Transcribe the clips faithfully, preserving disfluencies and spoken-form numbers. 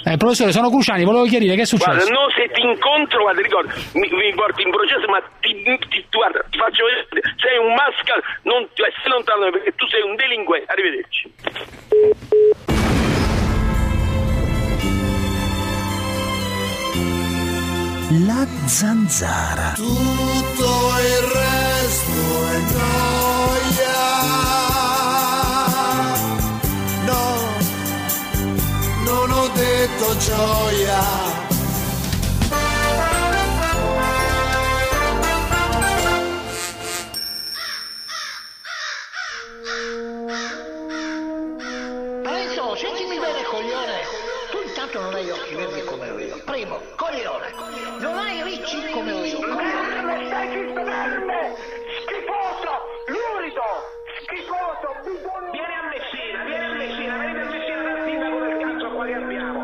Eh, professore, sono Cruciani, volevo chiarire che è successo. Guarda, no, se ti incontro, guarda, ricordo, mi, mi porti in processo, ma ti, ti, guarda, ti faccio vedere, sei un mascal, non ti stai lontano perché tu sei un delinquente. Arrivederci. La zanzara. Tutto il resto è noia. No, non ho detto gioia. Adesso, sentimi bene, coglione. Tu intanto non hai occhi verdi come ho io. Primo, coglione. Non hai ricci come ho io. Merda, stai zitto, merda! Schifoso! Lurido! Schifoso! Vieni a Messina, vieni a Messina, vieni a Messina dal sindaco del cazzo quali abbiamo.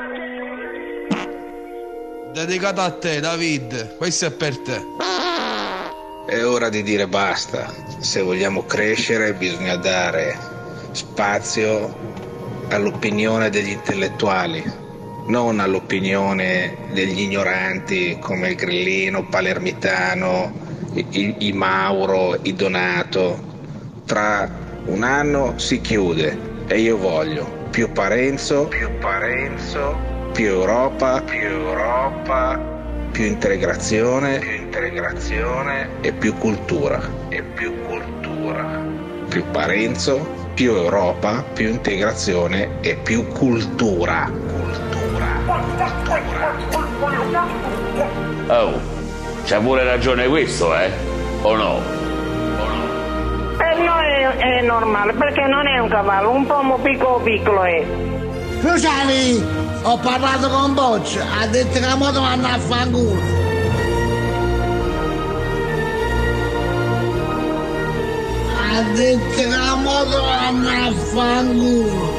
Dedicato a te, David, questo è per te. È ora di dire basta. Se vogliamo crescere bisogna dare spazio all'opinione degli intellettuali, non all'opinione degli ignoranti come il Grillino, Palermitano, i, i Mauro, i Donato. Tra un anno si chiude e io voglio più Parenzo, più Parenzo, più Europa, più Europa, più integrazione, più integrazione e più cultura, e più cultura. Più Parenzo, più Europa, più integrazione e più cultura. Oh, c'ha pure ragione questo, eh? O no? O no? Eh no, è, è normale, perché non è un cavallo, un pomo piccolo piccolo è. Cruciani, ho parlato con Boccia, ha detto che la moto va a fanculo. Ha detto che la moto va a fanculo.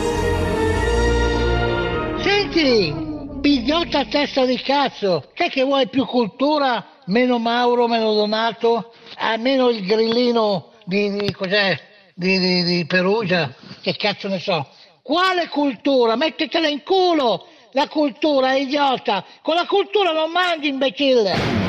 Senti, bigliotta testa di cazzo, te che vuoi più cultura, meno Mauro, meno Donato, almeno il grillino di, di cos'è, di, di, di Perugia, che cazzo ne so. Quale cultura? Mettetela in culo, la cultura, idiota, con la cultura non mangi, imbecille.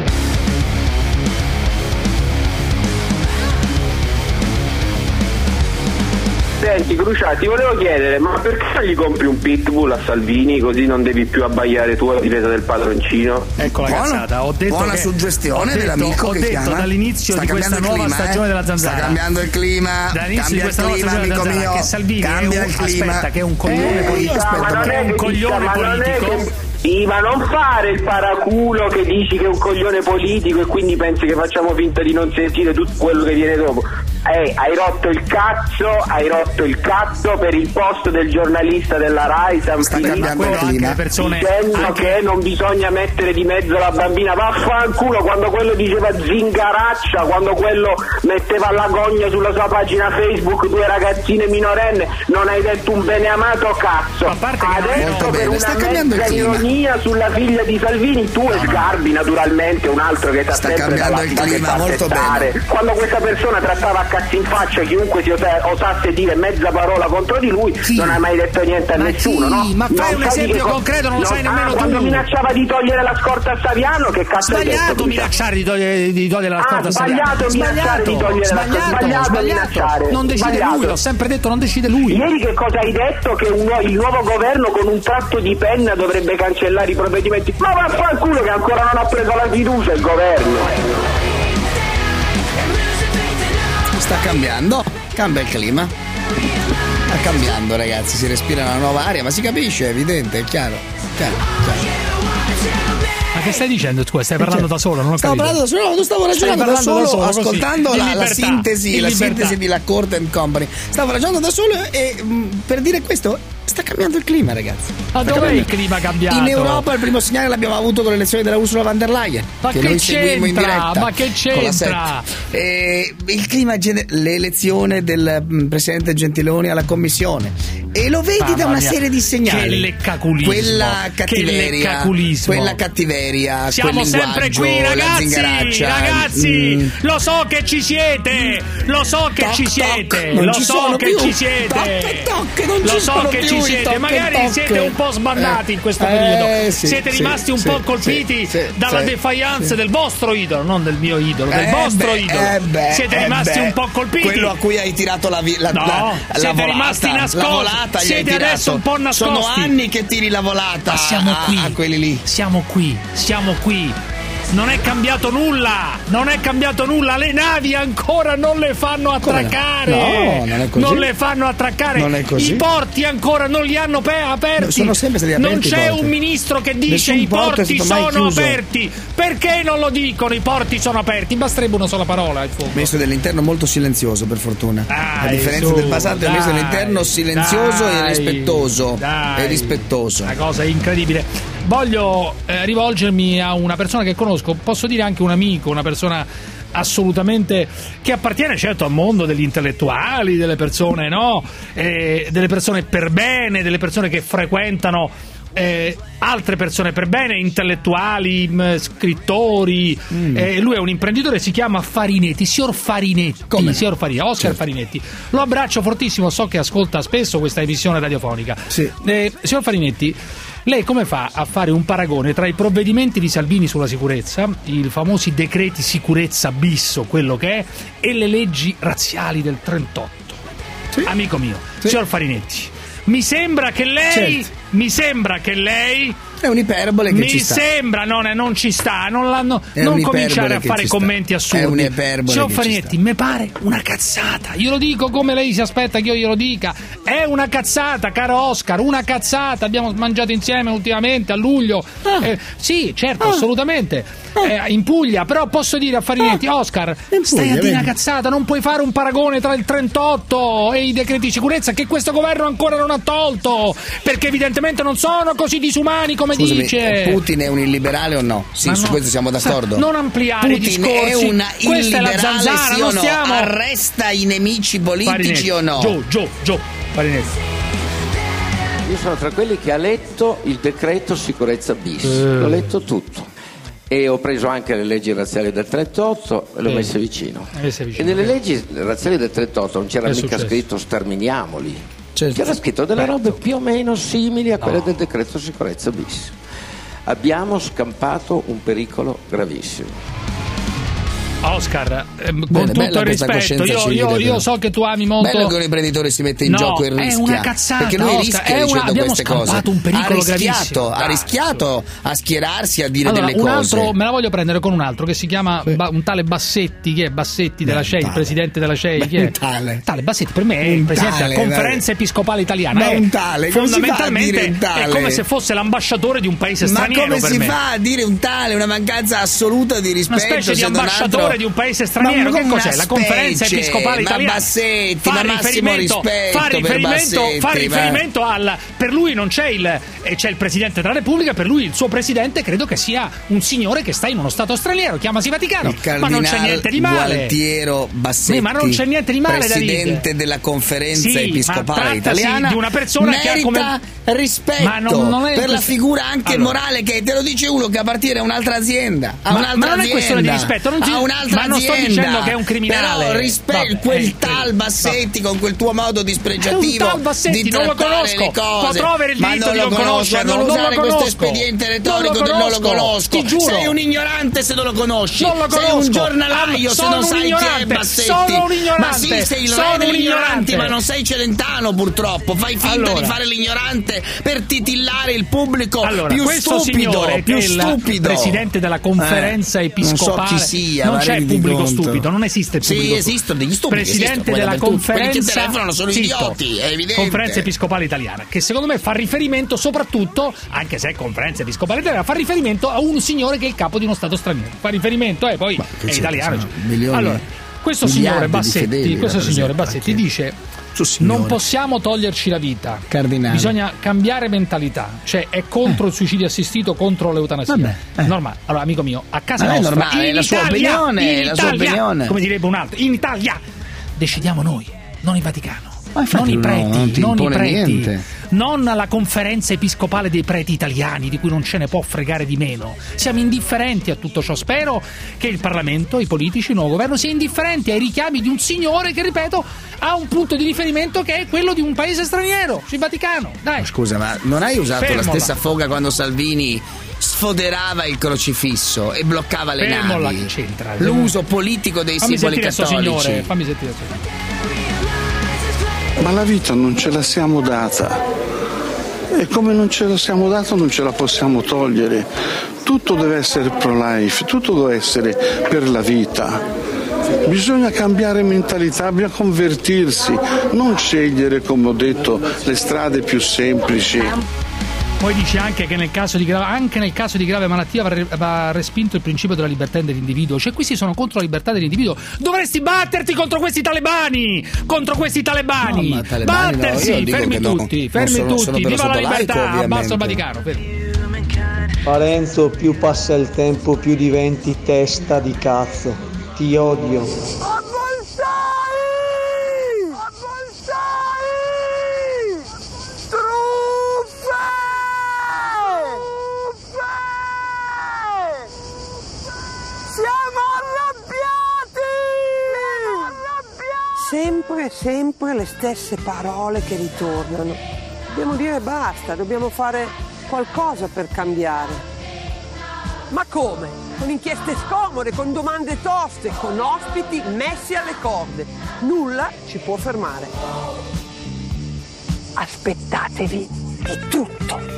Senti, Cruciani, ti volevo chiedere, ma perché non gli compri un pitbull a Salvini così non devi più abbaiare tu a difesa del padroncino? Ecco la Buono, cazzata, ho detto buona che, suggestione ho detto, dell'amico ho che detto chiama. dall'inizio Sta di questa cambiando nuova il clima, stagione eh? della zanzara. Sta cambiando il clima. Dall'inizio Cambia di questa il nuova clima, stagione della amico zanzara, mio. che Salvini Cambia è un, il clima. aspetta, che è un coglione Eh, politico, aspetta, ma non che è è un che coglione dica, ma non è politico. che- Sì, ma non fare il paraculo che dici che è un coglione politico e quindi pensi che facciamo finta di non sentire tutto quello che viene dopo. Eh, hai rotto il cazzo, hai rotto il cazzo per il post del giornalista della Rai San Sta Filippo, cambiando il clima. Le persone dicendo anche- che non bisogna mettere di mezzo la bambina. Vaffanculo, quando quello diceva zingaraccia, quando quello metteva la gogna sulla sua pagina Facebook due ragazzine minorenni, non hai detto un beneamato cazzo. A parte che non è- Adesso Molto per bene, sta una cambiando il mezza clima. ironia sulla figlia di Salvini, tu e Sgarbi naturalmente, un altro che sta Sta sempre cambiando dalla il fila che clima, fa molto testare. bene. Quando questa persona trattava a cazzo in faccia chiunque si osa- osasse dire mezza parola contro di lui, Chi? non hai mai detto niente a Ma nessuno, chi? no? Ma fai Non un sai esempio che co- concreto, non lo sai nemmeno ah, tu. quando minacciava di togliere la scorta a Saviano, che cazzo hai detto? Sbagliato Cruciani? minacciare di togliere, di togliere la Ah, scorta a Saviano. sbagliato minacciare di togliere la scorta. sbagliato, Sbagliato sbagliato. minacciare. Non decide Sbagliato. lui, l'ho sempre detto, non decide lui. Ieri che cosa hai detto? Che un, il nuovo governo con un tratto di penna dovrebbe cancellare i provvedimenti? Ma vaffanculo che ancora non ha preso la fiducia il governo. Sta cambiando, cambia il clima. Sta cambiando, ragazzi, si respira una nuova aria, ma si capisce, è evidente, è chiaro. chiaro, chiaro. Ma che stai dicendo? Scusa, stai parlando da solo, non ho Stavo capito. parlando da solo, no, stavo ragionando da parlando solo, da solo, così, ascoltando in la, la libertà, sintesi, in la libertà. sintesi di La Corte and Company. Stavo ragionando da solo e mh, per dire questo, sta cambiando il clima, ragazzi. Ma Sta dov'è cambiando. il clima cambiato? In Europa il primo segnale l'abbiamo avuto con le elezioni della Ursula von der Leyen. Ma che, che noi seguimmo in c'entra? diretta. Ma che con la c'entra? sette. Eh, il clima, gene- l'elezione del mh, presidente Gentiloni alla commissione. E lo vedi Mamma da una mia, serie di segnali. che leccaculismo, Quella che cattiveria. leccaculismo. Quella cattiveria. Siamo quel sempre linguaggio, qui, la ragazzi, zingaraccia. ragazzi, Mm. lo so che ci siete, lo so che Toc, ci toc, siete, non lo ci so sono che più. ci siete, Toc, toc, non lo ci so sono che più. ci lui, siete, toc, magari toc. siete un po' sbandati eh, in questo periodo. Eh, sì, siete sì, rimasti un sì, po' colpiti sì, dalla sì, defiance sì. del vostro idolo, non del mio idolo, del eh vostro beh, idolo. Eh beh, siete eh rimasti beh. un po' colpiti. Quello a cui hai tirato la, vi- la, no, la, siete la volata, rimasti nascosti. Siete adesso un po' nascosti. Sono anni che tiri la volata. Ma siamo a, qui. A quelli lì. Siamo qui. Siamo qui. Non è cambiato nulla, non è cambiato nulla, le navi ancora non le fanno attraccare. No, non è così. Non le fanno attraccare. Non è così. I porti ancora non li hanno pe- aperti. Sono sempre stati aperti. Non c'è un ministro che dice i porti sono aperti. Perché non lo dicono? I porti sono aperti. Basterebbe una sola parola. Il ministro dell'interno molto silenzioso, per fortuna. Dai, a differenza su, del passato, dai, il ministro dell'interno silenzioso dai, e rispettoso. Dai. E rispettoso. Una cosa incredibile. Voglio eh, rivolgermi a una persona che conosco, posso dire anche un amico, una persona assolutamente che appartiene certo al mondo degli intellettuali, delle persone, no? Eh, delle persone per bene, delle persone che frequentano eh, altre persone per bene, intellettuali, mh, scrittori. Mm. Eh, lui è un imprenditore, si chiama Farinetti, signor Farinetti. Come? Signor Farinetti, Oscar certo. Farinetti. Lo abbraccio fortissimo, so che ascolta spesso questa emissione radiofonica. Sì. Eh, signor Farinetti, lei come fa a fare un paragone tra i provvedimenti di Salvini sulla sicurezza, i famosi decreti sicurezza bis, quello che è, e le leggi razziali del trentotto? Sì. Amico mio, sì. Signor Farinetti, mi sembra che lei, certo. mi sembra che lei... È un'iperbole che mi ci sta. Mi sembra, non, non ci sta, non, l'hanno, non cominciare a fare commenti assurdi. È un'iperbole. Signor Farinetti, mi pare una cazzata. Io lo dico come lei si aspetta che io glielo dica. È una cazzata, caro Oscar, una cazzata. Abbiamo mangiato insieme ultimamente a luglio. Ah. Eh, sì, certo, ah. assolutamente. Ah. Eh, in Puglia, però posso dire a Farinetti, ah. Oscar, Puglia, stai a dire una cazzata, non puoi fare un paragone tra il trentotto e i decreti di sicurezza che questo governo ancora non ha tolto, perché evidentemente non sono così disumani come Scusami, dice. Putin è un illiberale o no? Sì, Ma su no. questo siamo d'accordo. Non ampliare Putin i discorsi. È una Questa illiberale, è la zanzara, sì non o no? stiamo... Arresta i nemici politici Farinetti. o no? Giù, giù, giù. Farinetti. Io sono tra quelli che ha letto il decreto sicurezza bis. Uh. L'ho letto tutto. E ho preso anche le leggi razziali del trentotto e le ho messe vicino. Messe vicino. E nelle leggi razziali del trentotto non c'era mica scritto sterminiamoli. Certo. C'era scritto delle robe più o meno simili a quelle no. del decreto sicurezza bis. Abbiamo scampato un pericolo gravissimo. Oscar, eh, con bene, tutto il rispetto, io, io, io so che tu ami molto. Bello che un imprenditore si mette in no, gioco e rischia. È una cazzata, perché lui Oscar, rischia è una, dicendo queste cose. Un pericolo ha rischiato, gravissimo. ha rischiato a schierarsi a dire allora, delle un cose. Altro, me la voglio prendere con un altro che si chiama sì. ba, un tale Bassetti, che è Bassetti della C E I, il presidente della C E I. Chi è? Un tale. Tale Bassetti per me è un il presidente tale, della Conferenza Episcopale Italiana. Ma è un tale, fondamentalmente un tale? È come se fosse l'ambasciatore di un paese straniero. Ma come per si me. fa a dire un tale? Una mancanza assoluta di rispetto. Una specie di ambasciatore altro... di un paese straniero. Che cos'è? La Conferenza Episcopale Italiana. Ma Bassetti, fa ma massimo rispetto fa riferimento, per fa riferimento al per lui non c'è il c'è il presidente della Repubblica, per lui il suo presidente credo che sia un signore che sta in uno stato straniero, chiamasi Vaticano, ma non c'è niente di male. Gualtiero Bassetti, sì, ma non c'è niente di male, presidente David. della Conferenza sì, Episcopale Italiana, di una persona merita che ha come... rispetto ma non, non è per questo... la figura anche allora. morale che te lo dice uno che appartiene a un'altra azienda, a ma, un'altra ma non azienda, è questione di rispetto, non si... a un'altra ma non sto azienda. dicendo che è un criminale. Però rispe- quel eh, tal Bassetti con quel tuo modo dispregiativo tal Bassetti, di non lo conosco, le cose, potrò avere il diritto di non conoscerlo, non non usare lo questo conosco, espediente retorico non lo del non lo conosco, ti giuro. Sei un ignorante se non lo conosci, non lo conosco. Sei un giornalaio se non sai chi è Bassetti. Sono un ignorante. Ma sì, sei il sono re degli ignoranti, ma non sei sei Celentano purtroppo. Fai finta allora. di fare l'ignorante per titillare il pubblico allora, più questo stupido, signore più è stupido. Il presidente della Conferenza eh, Episcopale. Non so chi sia, non c'è il pubblico conto. stupido, non esiste il pubblico sì, stupido. esistono degli stupidi. Presidente esistono, della Conferenza quelli che telefonano sono zitto, idioti, è evidente. Conferenza Episcopale Italiana, che secondo me fa riferimento soprattutto, anche se è Conferenza Episcopale Italiana, fa riferimento a un signore che è il capo di uno stato straniero. Fa riferimento, eh, poi è italiano. Cioè. Allora, questo signore Bassetti, questo signore Bassetti dice: non possiamo toglierci la vita, cardinale. Bisogna cambiare mentalità, cioè è contro eh. il suicidio assistito, contro l'eutanasia. Vabbè, eh. Normale. Allora, amico mio, a casa Ma nostra, è normale, in è la sua Italia, opinione, in è la Italia, sua opinione. come direbbe un altro, in Italia decidiamo noi, non il Vaticano. non i preti, no, non ti non i impone preti. niente. Non la conferenza episcopale dei preti italiani, di cui non ce ne può fregare di meno. Siamo indifferenti a tutto ciò. Spero che il Parlamento, i politici, il nuovo governo sia indifferenti ai richiami di un signore che, ripeto, ha un punto di riferimento che è quello di un paese straniero, il Vaticano. Dai. Scusa, ma non hai usato Fermola. la stessa foga quando Salvini sfoderava il crocifisso e bloccava le Fermola, navi? che c'entra? L'uso politico dei fammi simboli sentire cattolici. sto signore, fammi sentire sto signore. Ma la vita non ce la siamo data e come non ce la siamo data non ce la possiamo togliere. Tutto deve essere pro-life, tutto deve essere per la vita. Bisogna cambiare mentalità, bisogna convertirsi, non scegliere, come ho detto, le strade più semplici. Poi dice anche che nel caso di grave, anche nel caso di grave malattia va, va respinto il principio della libertà dell'individuo. Cioè questi sono contro la libertà dell'individuo. Dovresti batterti contro questi talebani, contro questi talebani. No, ma talebani battersi, no, io dico fermi che no, tutti, non fermi sono- sono tutti, dello viva la Stato laico, libertà, ovviamente. abbassa il Vaticano, fermi. Parenzo, più passa il tempo più diventi testa di cazzo. Ti odio. Sempre, sempre le stesse parole che ritornano. Dobbiamo dire basta, dobbiamo fare qualcosa per cambiare. Ma come? Con inchieste scomode, con domande toste, con ospiti messi alle corde. Nulla ci può fermare. Aspettatevi di tutto.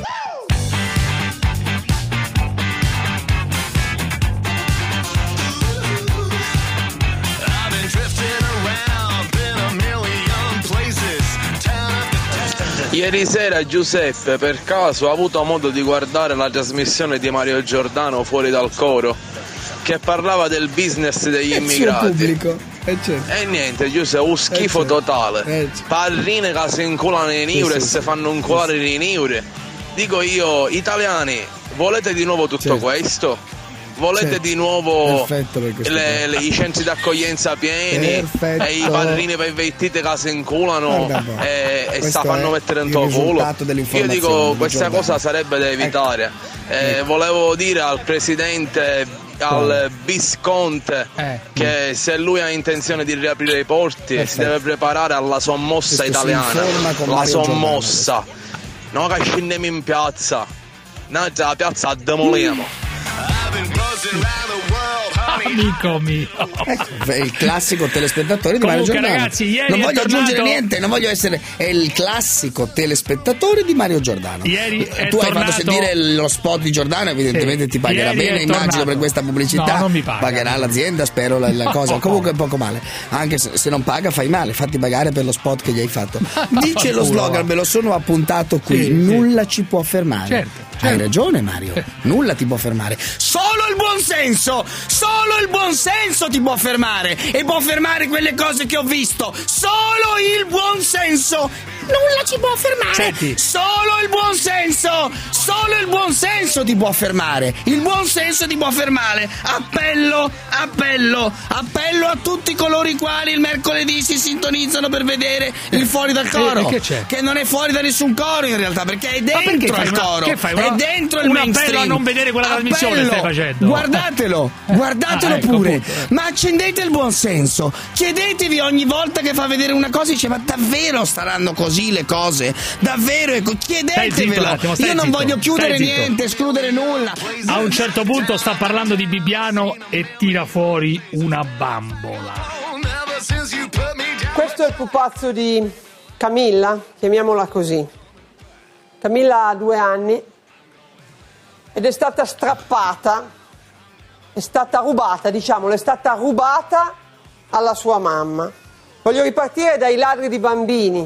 Ieri sera Giuseppe per caso ha avuto modo di guardare la trasmissione di Mario Giordano Fuori dal coro che parlava del business degli immigrati. Pubblico. Eh, certo. E niente, Giuseppe, un schifo Eh, certo. totale. Eh, certo. Parrine che si inculano in euro Sì, e sì, si sì. fanno inculare in euro. Dico io, italiani, volete di nuovo tutto Certo. questo? Volete Certo. di nuovo Perfetto per questo le- le- i centri d'accoglienza pieni Perfetto. e i padrini per vestite che si inculano Guarda un po'. e, e Questo sta fanno è mettere in il tuo culo? risultato Io dell'informazione dico di questa Giordano. cosa sarebbe da evitare. Eh, Ecco. Volevo dire al presidente, al Visconte, Eh. che se lui ha intenzione di riaprire i porti Perfetto. si deve preparare alla sommossa Questo si italiana. informa con La Mario Giordano. sommossa. No che scendiamo in piazza. No, già la piazza la demoliamo. Amico mio. È il classico telespettatore di Mario Comunque, Giordano. ragazzi, ieri non è voglio tornato- aggiungere niente, non voglio essere. È il classico telespettatore di Mario Giordano. Ieri è tu hai tornato- fatto sentire lo spot di Giordano, evidentemente Sì. ti pagherà Ieri è bene, immagino, tornato. per questa pubblicità. No, non mi paga. Pagherà l'azienda, spero la, la No. cosa. Comunque è poco male. Anche se, se non paga, fai male, fatti pagare per lo spot che gli hai fatto. Dice lo vaffanculo, slogan, va. me lo sono appuntato qui. Sì, sì. Nulla ci può fermare. Certo, certo. Hai ragione, Mario. Nulla ti può fermare. Solo il buonsenso! Solo il buonsenso ti può fermare! E può fermare quelle cose che ho visto! Solo il buonsenso! Nulla ci può fermare! Senti. Solo il buonsenso! Solo il buonsenso ti può fermare! Il buonsenso ti può fermare! Appello, appello, appello a tutti coloro i quali il mercoledì si sintonizzano per vedere il fuori dal coro! Eh, che c'è? Che non è fuori da nessun coro in realtà, perché è Ma perché dentro fai al una- coro! che fai, una- è dentro il un appello mainstream! a non vedere quella trasmissione Appello. stai facendo? Guardatelo, guardatelo Ah, ecco, pure. appunto. Ma accendete il buonsenso. Chiedetevi ogni volta che fa vedere una cosa, dice: ma davvero staranno così le cose? Davvero? Ecco, Stai zitto un chiedetevelo. attimo, stai Io non zitto, voglio chiudere stai zitto. niente, escludere nulla. A un certo punto sta parlando di Bibbiano e tira fuori una bambola. Questo è il pupazzo di Camilla, chiamiamola così. Camilla ha due anni ed è stata strappata, è stata rubata, diciamolo, è stata rubata alla sua mamma. Voglio ripartire dai ladri di bambini.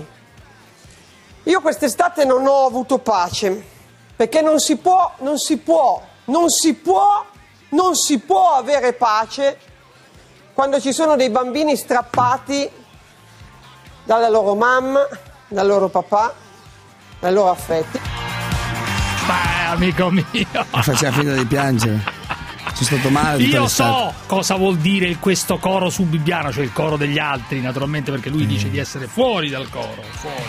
Io quest'estate non ho avuto pace, perché non si può, non si può, non si può, non si può avere pace quando ci sono dei bambini strappati dalla loro mamma, dal loro papà, dai loro affetti. Beh, amico mio. Faceva finta di piangere. sono stato male. Io so cosa vuol dire questo coro su Bibbiano, cioè il coro degli altri, naturalmente, perché lui mm. dice di essere fuori dal coro.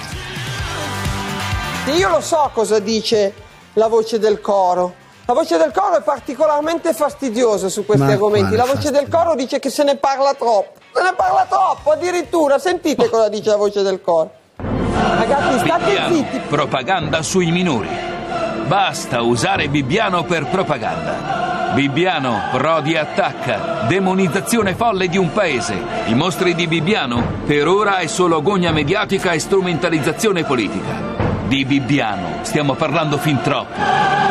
Fuori. Io lo so cosa dice la voce del coro. La voce del coro è particolarmente fastidiosa su questi Ma argomenti. La voce fastidio. del coro dice che se ne parla troppo. Se ne parla troppo, addirittura. Sentite oh. cosa dice la voce del coro. Ragazzi, state Bibbiano, zitti. propaganda sui minori. Basta usare Bibbiano per propaganda. Bibbiano, Prodi attacca. Demonizzazione folle di un paese. I mostri di Bibbiano? Per ora è solo gogna mediatica e strumentalizzazione politica. Di Bibbiano stiamo parlando fin troppo.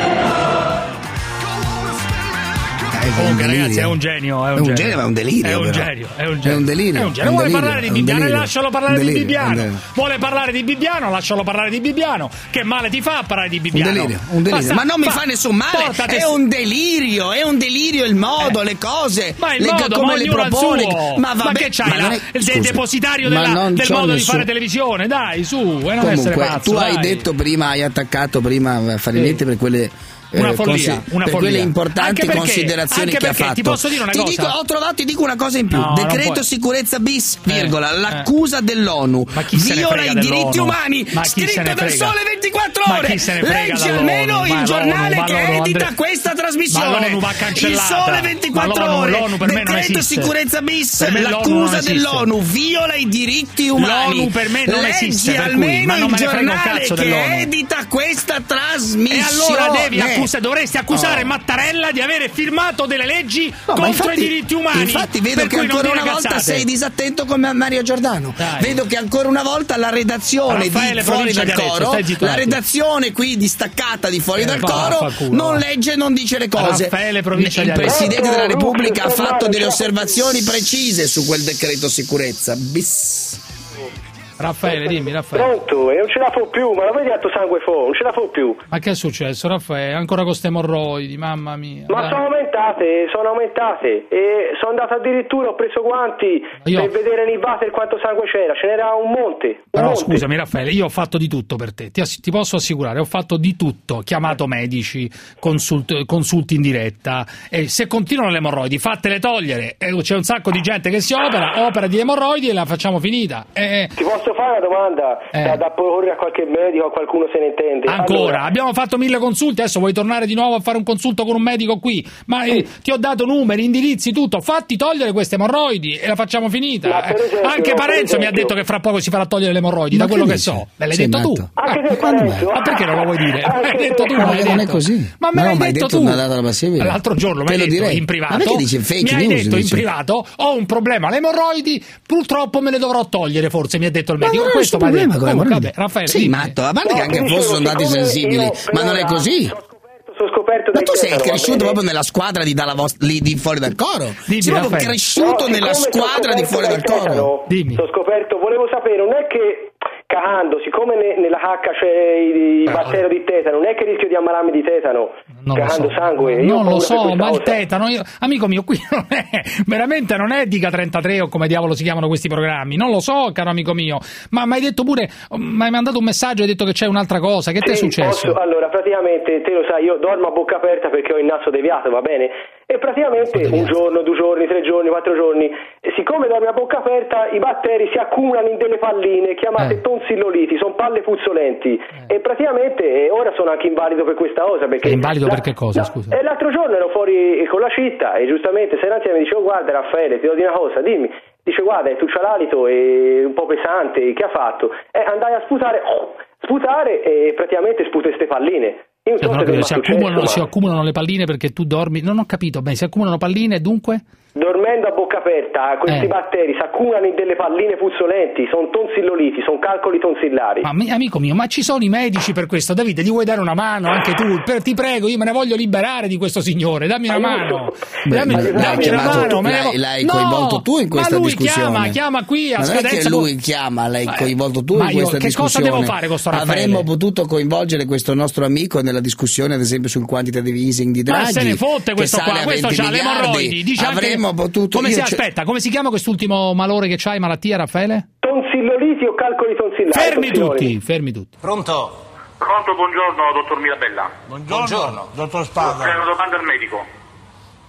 Comunque, ragazzi, è un genio, è un, è un genio. genio, ma è un delirio. È un però. genio, è un genio. È un delirio. È un genio. Vuole parlare di Bibbiano e lascialo parlare delirio, di Bibbiano. Vuole parlare di Bibbiano, lascialo parlare di Bibbiano. Che male ti fa parlare di Bibbiano? Un delirio, un delirio. Basta, ma non mi fa, fa nessun male. Portate... È un delirio, è un delirio il modo, eh. le cose. Ma il le, modo, come ma le ognuno propone. suo. Ma, vabbè, ma che c'hai? ma La, è, il scusa, depositario della, del modo nessun... di fare televisione? Dai, su, e non Comunque, essere pazzo. Tu hai dai. detto prima, hai attaccato prima Farinetti sì. per quelle. Una follia, consi- una per follia. quelle importanti perché, considerazioni che ha fatto. Ti posso dire una ti cosa? Dico, ho trovato, ti dico una cosa in più. No, Decreto sicurezza bis, virgola, eh, l'accusa eh. dell'ONU. Ma chi viola i diritti dell'ONU? umani. Ma chi scritta per Sole ventiquattro ore. Ma chi se ne frega Leggi almeno il giornale ma che l'ONU, edita Andre... questa trasmissione. Ma l'ONU va cancellata. Il Sole ventiquattro l'ONU, ore. L'ONU per me non Decreto esiste. sicurezza bis, per me l'accusa dell'ONU viola i diritti umani. L'ONU per me non Leggi esiste. Per almeno cui, il che giornale che edita questa trasmissione. E allora devi accusare, dovresti accusare Oh. Mattarella di avere firmato delle leggi no, contro infatti, i diritti umani. Infatti vedo che ancora una volta cazzate. sei disattento come Mario Giordano. Dai. Vedo che ancora una volta la redazione Raffaele, di Fuori dal Coro, la redazione qui distaccata di Fuori eh, dal Coro non legge e non dice le cose. Raffaele, il Presidente della Repubblica ha fatto delle osservazioni precise su quel decreto sicurezza. Bis. Raffaele, dimmi, Raffaele. Pronto, e non ce la fa più, ma l'avete detto sangue fuoco, non ce la fa più. Ma che è successo, Raffaele? Ancora con ste emorroidi, mamma mia. Ma dai. sono aumentate, sono aumentate. E sono andato addirittura, ho preso guanti io... per vedere nei water quanto sangue c'era, ce n'era un monte. Un Però monte. scusami Raffaele, io ho fatto di tutto per te, ti, ass- ti posso assicurare, ho fatto di tutto, chiamato medici, consult- consulti in diretta, e se continuano le emorroidi, fatele togliere, e c'è un sacco di gente che si opera, opera di emorroidi e la facciamo finita. E... Ti posso fare una domanda eh. da, da porre a qualche medico, a qualcuno se ne intende? Ancora, allora... abbiamo fatto mille consulti, adesso vuoi tornare di nuovo a fare un consulto con un medico qui? Ma eh, ti ho dato numeri, indirizzi, tutto, fatti togliere queste emorroidi e la facciamo finita. Eh. Esempio, Anche Parenzo mi ha detto che fra poco si farà togliere le emorroidi, ma da quello che dici? so. Me l'hai Sei detto matto. tu. Anche ah, se Parenzo. Ma perché non lo vuoi dire? Me l'hai detto tu. Ma non non detto. è così. Ma me no, l'hai detto, detto tu. Una data alla possibile. L'altro giorno mi hai detto direi. in privato. Ma perché dici fake mi hai news, detto dice? in privato ho un problema alle emorroidi, purtroppo me le dovrò togliere, forse mi ha detto il medico. Ma questo mi ha detto. Comunque, vabbè, Raffaele, sì, dimmi. matto, a parte no, che anche dicevo, fossero dati sensibili, io, ma non è così. Sono scoperto Ma tu sei tetano, cresciuto proprio nella squadra di, dalla vost- lì, di Fuori dal Coro? Dimmi, sei proprio Raffaele. cresciuto no, nella squadra di Fuori dal Coro? Dimmi. Sono scoperto, volevo sapere, non è che cagando, siccome ne, nella H c'è i, i batteri di tetano, non è che rischio di ammalarmi di tetano non cagando lo so. sangue. Non Io lo so, ma il cosa. tetano, io, amico mio, qui non è, veramente non è Dica trentatré o come diavolo si chiamano questi programmi, non lo so, caro amico mio, ma mi hai detto pure, mi hai mandato un messaggio e hai detto che c'è un'altra cosa, che sì, ti è successo? Posso, allora, praticamente, te lo sai, io dormo a bocca aperta perché ho il naso deviato, va bene? E praticamente un giorno, due giorni, tre giorni, quattro giorni, e siccome dormi a bocca aperta, i batteri si accumulano in delle palline chiamate eh. tonsilloliti, sono palle puzzolenti, eh. e praticamente eh, ora sono anche invalido per questa cosa. Perché è invalido la, per che cosa, la, scusa? E l'altro giorno ero fuori con la città e giustamente Serenzia mi dicevo, guarda Raffaele, ti devo dire una cosa, dimmi. Dice, guarda, tu c'ha l'alito è un po' pesante, che ha fatto? E eh, andai a sputare, oh, sputare e praticamente spute ste palline. Cioè, so no, si, accumulano, ma... si accumulano le palline perché tu dormi, non ho capito, beh, si accumulano palline e dunque? Dormendo a bocca aperta, questi eh. batteri si accumulano in delle palline puzzolenti, sono tonsilloliti, sono calcoli tonsillari. Ma amico mio, ma ci sono i medici per questo, Davide, gli vuoi dare una mano anche tu? Per, ti prego, io me ne voglio liberare di questo signore, dammi una mano. Beh, dammi, ma dammi l'hai una mano. Tu, me l'hai, l'hai coinvolto no, tu in questa ma lui discussione. Chiama, chiama qui a ma scadenza. Non è che lui chiama, l'hai coinvolto tu ma in questa io, discussione. Che cosa devo fare con sto Raffaele? Avremmo potuto coinvolgere questo nostro amico nella discussione, ad esempio, sul quantitative easing di Draghi. Ma se ne fotte questo qua, questo c'ha le emorroidi. Dice avremmo anche... potuto... Come si aspetta, come si chiama quest'ultimo malore che c'hai, malattia, Raffaele? Tonsilloliti o calcoli tonsillari. Fermi tutti, fermi tutti. Pronto? Pronto, buongiorno, dottor Mirabella. Buongiorno, buongiorno. Dottor Spada. Ho una domanda al medico.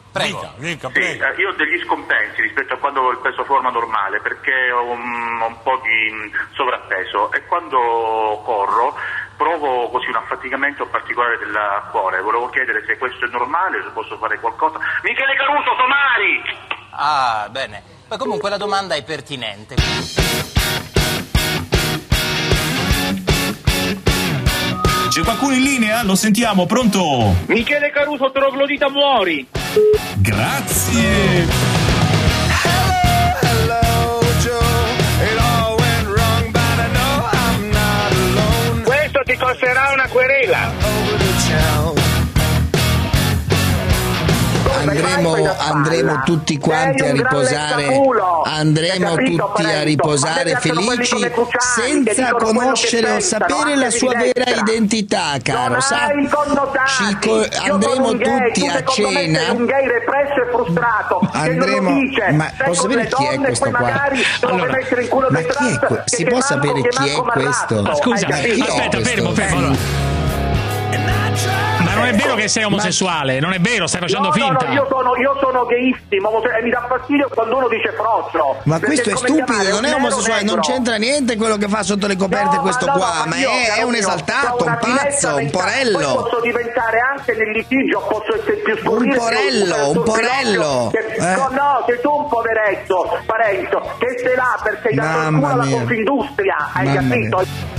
Prego. Dica, dica, sì, eh, io ho degli scompensi rispetto a quando ho il peso forma normale, perché ho un, ho un po' di mh, sovrappeso e quando corro provo così un affaticamento particolare del cuore. Volevo chiedere se questo è normale, se posso fare qualcosa. Michele Caruso, Somari! Ah, bene. Ma comunque la domanda è pertinente. C'è qualcuno in linea? Lo sentiamo, pronto? Michele Caruso, troglodita, muori! Grazie! Questo ti costerà una querela! Andremo, andremo tutti quanti a riposare, andremo tutti a riposare felici senza conoscere o sapere la sua vera identità, caro. Sa, ci co- andremo tutti a cena. Andremo, ma posso sapere chi è questo qua? Allora, ma chi è que- si può sapere chi è questo? Ma scusa, aspetta, fermo, fermo. Allora. Ma non è vero che sei omosessuale, non è vero, stai facendo no, finta. No, no, io sono, io sono gayissimo e mi dà fastidio quando uno dice frozzo. Ma questo è stupido, non è omosessuale, non c'entra niente quello che fa sotto le coperte no, questo ma no, qua, no, ma io, è, è un esaltato, un pazzo, un porello. Poi posso diventare anche nel litigio, posso essere più stupido. Un porello, un porello. Che, eh. No, no, sei tu un poveretto, Parenzo, che sei là perché hai dato il culo alla Confindustria, hai Mamma capito? Mia.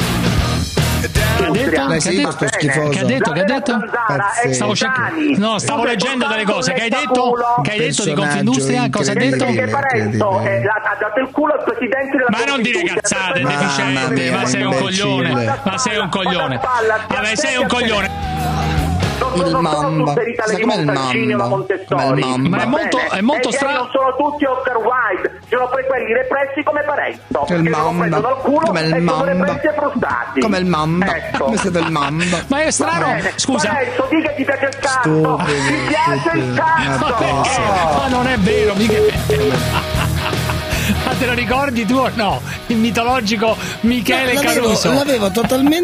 Che ha detto? Che ha detto? Schifoso. Che ha detto? Che ha detto? Stavo cercando. No, stavo leggendo delle cose. Che hai detto? Che hai detto di Confindustria? Cosa ha detto? Che Parenzo ha dato il culo al presidente della Ma non dire cazzate, deficiente, ma sei un coglione. Ma sei un coglione. Vabbè, sei un coglione. Il Mamba, sai com'è il Mamba? Ma è molto, è molto strano. Non sono tutti Oscar Wilde, sono poi quelli repressi come Parenzo. Il Mamba, come il Mamba, come il Mamba, come siete il Mamba. Ma è strano, scusa. Parenzo, di che ti piace il cazzo, ti piace il cazzo. Ma non è vero, mica. Ma te lo ricordi tu o no? Il mitologico Michele no, l'avevo, Caruso. L'avevo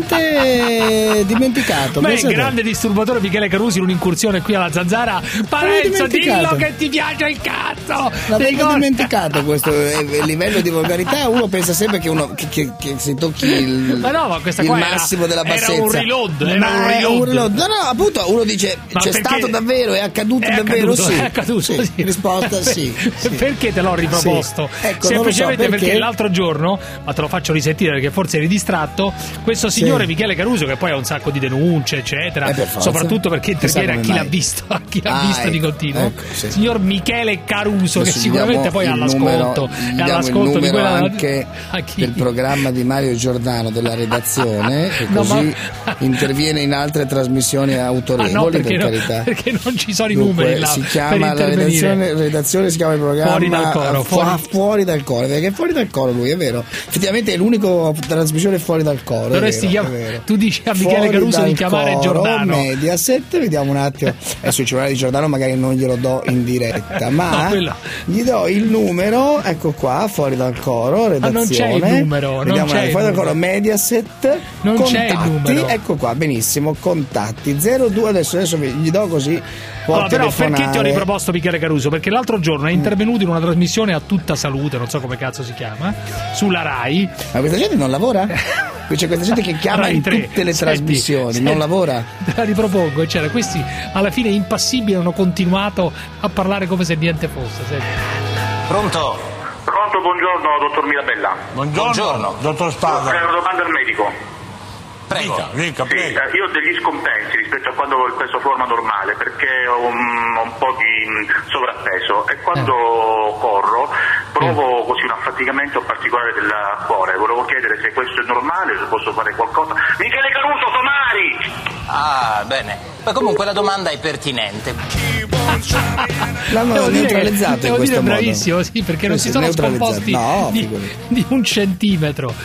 totalmente dimenticato. Ma il grande disturbatore Michele Caruso in un'incursione qui alla Zanzara. Parenzo, dillo che ti piace il cazzo. L'avevo dimenticato questo eh, livello di volgarità. Uno pensa sempre che uno che, che, che si tocchi il, ma no, ma questa il qua massimo era, della bassezza. Era un reload. Era ma un reload. un reload. No, no, appunto uno dice ma c'è perché... stato davvero, è accaduto è davvero, accaduto, sì. È accaduto, sì. sì. Risposta sì, sì. Perché te l'ho riproposto? Sì. Ecco, semplicemente so, perché... perché l'altro giorno, ma te lo faccio risentire perché forse eri distratto, questo signore sì. Michele Caruso, che poi ha un sacco di denunce eccetera, eh, soprattutto perché interviene a chi mai. l'ha visto a chi l'ha ah, visto ecco, di continuo, ecco, sì. Signor Michele Caruso, adesso che sicuramente poi ha l'ascolto e all'ascolto di quella anche del programma di Mario Giordano della redazione, che no, così ma... interviene in altre trasmissioni autorevoli. Ah, no, perché, per no, carità. perché non ci sono i Dunque, numeri là, si chiama la redazione, redazione si chiama il programma Fuori dal coro, fuori, fu- fuori dal coro, perché è fuori dal coro lui, è vero, effettivamente è l'unico trasmissione fuori dal coro. Dovresti chiam- tu dici a Michele fuori Caruso di chiamare coro, Giordano Mediaset, vediamo un attimo. Adesso il cellulare di Giordano magari non glielo do in diretta, ma no, gli do il numero, ecco qua, fuori dal coro, redazione. Ma non c'è il numero, vediamo non c'è fuori il dal coro Mediaset, non contatti, c'è il numero. Ecco qua, benissimo, contatti zero due, adesso adesso gli do così. Allora, però perché ti ho riproposto Michele Caruso? Perché l'altro giorno è intervenuto in una trasmissione a tutta salute, non so come cazzo si chiama, sulla Rai. Ma questa gente non lavora? C'è questa gente che chiama Rai in tre. Tutte le senti, trasmissioni, senti, non lavora? Te la ripropongo, c'era questi alla fine impassibili hanno continuato a parlare come se niente fosse. Senti. Pronto? Pronto, buongiorno dottor Mirabella. Buongiorno, buongiorno. dottor Spada. Una domanda al medico. Prego. Dica, dica, sì, prego. Io ho degli scompensi rispetto a quando ho il peso forma normale, perché ho un, un po' di sovrappeso e quando eh. corro provo così un affaticamento particolare del cuore. Volevo chiedere se questo è normale, se posso fare qualcosa. Michele Caruso, Somari! Ah, bene. Ma comunque la domanda è pertinente. L'hanno neutralizzato che, in questo dire modo. Bravissimo, sì, perché non si sono scomposti no, di, di un centimetro.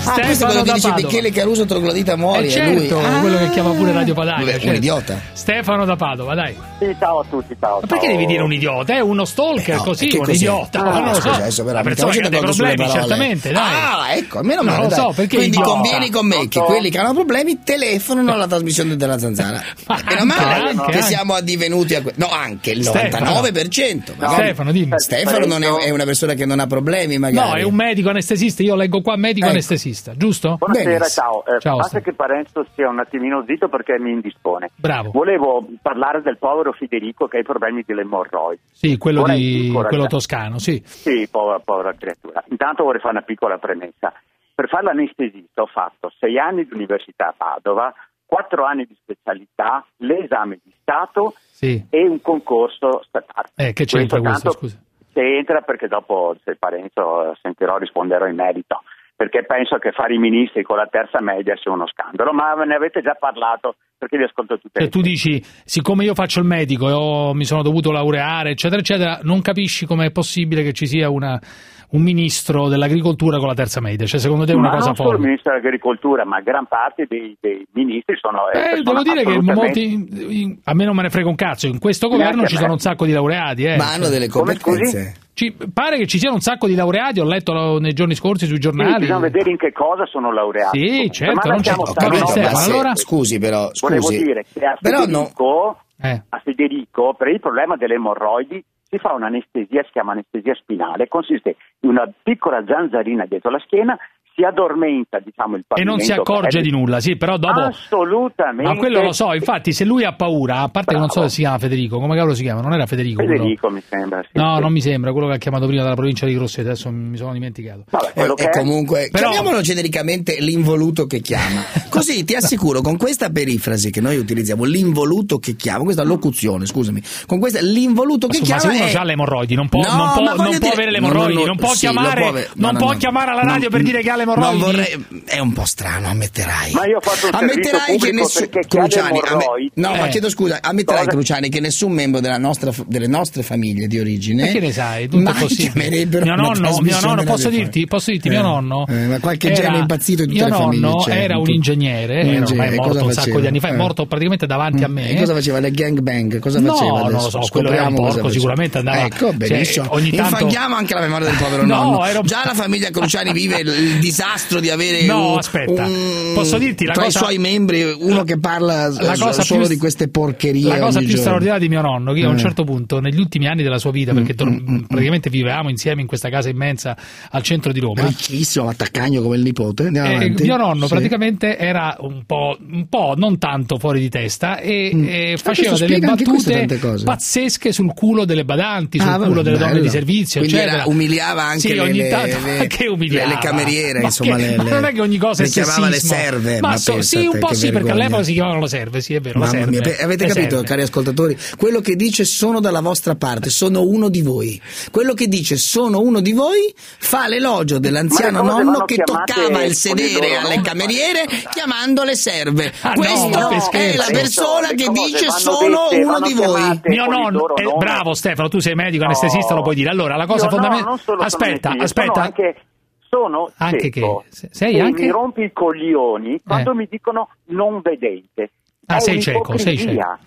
Ah, questo è quello che dice Padova. Michele Caruso troglodita muori, Eh, è lui. certo, Ah. quello che chiama pure Radio Padania. Lui è certo. un idiota. Stefano da Padova, dai. Sì, ciao a tutti, ciao. Ma perché ciao. devi dire un idiota? È uno stalker Eh no, così, che un cos'è? idiota. Ah, Ma non lo so. scusa, adesso però, Una mica persona che ha facete dei conto sulle problemi, parole. certamente, dai. Ah, ecco, almeno Non male, lo dai. so, perché Quindi idiota? convieni con me che quelli che hanno problemi telefonano alla trasmissione della Zanzara. Meno male anche, che anche. siamo addivenuti a que- no, anche il Stefano. novantanove per cento. No. magari. Stefano, dimmi. Stefano non è, è una persona che non ha problemi, magari. No, è un medico anestesista, io leggo qua medico Ecco. anestesista, giusto? Buonasera, Benissimo. ciao. Eh, Ciao, basta Stefano. che Parenzo sia un attimino zitto perché mi indispone. Bravo. Volevo parlare del povero Federico che ha i problemi delle emorroidi. Sì, quello, Vorrei di, incoraggiare- quello toscano, sì. Sì, povera, povera creatura. Intanto vorrei fare una piccola premessa. Per fare l'anestesista ho fatto sei anni di università a Padova, quattro anni di specialità, l'esame di Stato Sì. e un concorso statale. Eh, che c'entra questo, tanto scusa? C'entra perché dopo, se Parenzo eh, sentirò, risponderò in merito. Perché penso che fare i ministri con la terza media sia uno scandalo, ma ve ne avete già parlato perché vi ascolto tutte Cioè, le tu dici, siccome io faccio il medico e ho- mi sono dovuto laureare, eccetera, eccetera, non capisci com'è possibile che ci sia una, un ministro dell'agricoltura con la terza media? Cioè, secondo te è una ma cosa non solo il folle? ministro dell'agricoltura, ma gran parte dei, dei ministri sono... Eh, devo dire che molti, in- a me non me ne frega un cazzo, in questo governo Neanche ci a sono me. un sacco di laureati. Eh. Ma hanno delle Come, competenze. Ci pare che ci siano un sacco di laureati, ho letto lo- nei giorni scorsi sui giornali. bisogna vedere in che cosa sono laureati. Sì, Comunque, certo, ma non c'è- lasciamo ho stare- capito, no, Stefano, ma se- allora- Scusi però, Volevo scusi. dire che a Però no. Federico, Eh. a Federico, per il problema delle emorroidi, si fa un'anestesia, si chiama anestesia spinale, consiste in una piccola zanzarina dietro la schiena, si addormenta, diciamo, il E non pavimento. si accorge che è- di nulla, sì, però dopo... Assolutamente. Ma quello lo so, infatti se lui ha paura, a parte che non so se si chiama Federico, come cavolo si chiama? Non era Federico? quello- Federico mi sembra, sì. No, sì. non mi sembra, quello che ha chiamato prima dalla provincia di Grosseto, adesso mi sono dimenticato. Vabbè, E, quello che e è- comunque, Però- chiamiamolo genericamente l'involuto che chiama. Così ti assicuro, con questa perifrasi che noi utilizziamo, l'involuto che chiama, questa locuzione, scusami, con questa l'involuto che Ma insomma, chiama se uno è... ha le emorroidi, non può, No, non può, ma non voglio può dire- avere le no, emorroidi, no, no, non può sì, lo chiamare, può avere- non no, può no, no. chiamare alla No, radio per dire che ha le emorroidi. Non vorrei, è un po' strano, ammetterai. Ma io ho fatto un servizio ammetterai che pubblico nessun perché chi ha le Cruciani, amme- emorroidi- no, ma Eh. chiedo scusa, ammetterai Cosa? Cruciani che nessun membro della nostra, delle nostre famiglie di origine E che ne sai? Tutto è mai possibile. chiamerebbero Mio una nonno, mio trasmissione nonno posso radiofonica. dirti, posso dirti, mio Eh, nonno. eh, ma qualche era- genio impazzito in tutte mio le famiglie nonno c'è. era un ingegnere, Un era ingegnere, ormai morto cosa un sacco faceva? di anni fa, è Eh. morto praticamente davanti a me. E cosa faceva? Le gangbang? Cosa No, faceva non adesso? lo so, quello era un Scopriamo cosa porco, faceva. sicuramente andava- Ecco, cioè, benissimo. ogni tanto- Infanghiamo anche la memoria del povero No, nonno. era un- Già la famiglia Cruciani vive il il disastro di avere No, un, aspetta, un- posso dirti la tra cosa- i suoi membri uno che parla La s- cosa solo più- di queste porcherie La cosa ogni più giorno. straordinaria di mio nonno, che a un Eh. certo punto, negli ultimi anni della sua vita, perché tor- mm, mm, praticamente vivevamo insieme in questa casa immensa al centro di Roma. Ricchissimo, attaccagnio come il nipote. Andiamo E avanti. mio nonno Sì. praticamente era un po', un po', non tanto fuori di testa e, Mm. e Ah, faceva questo delle spiega anche questo battute tante cose. pazzesche sul culo delle badanti, sul Ah, vabbè, culo delle donne bello. di servizio, Quindi eccetera. era- umiliava anche sì, le- ogni le- tanto le- anche umiliava. le cameriere, Ma insomma, che- le- ma le- non è che ogni cosa le è chiamava le sessismo. serve, Ma ma so- pensa sì, te, un po' che sì, perché vergogna. all'epoca si chiamavano le serve, sì, è vero, la Mamma serve. mia, pe- avete Le capito, serve. cari ascoltatori? Quello che dice sono dalla vostra parte, sono uno di voi. Quello che dice sono uno di voi fa l'elogio dell'anziano Ma le cose nonno vanno che chiamate toccava il con il sedere loro alle nome. cameriere chiamandole serve. Ah, no, Questo ma che è scherzi. la persona Le che cose dice vanno sono dette, uno vanno di voi. chiamate Mio con il nonno, loro eh, nome. bravo Stefano, tu sei medico No. anestesista, lo puoi dire. Allora, la cosa Io no, fondamentale. non solo sono Aspetta, anestesista, aspetta. sono anche sono Anche cieco. che? Sei e anche? mi rompi i coglioni quando Eh. mi dicono non vedente. Ah, È sei cieco, sei un'ipocrisia.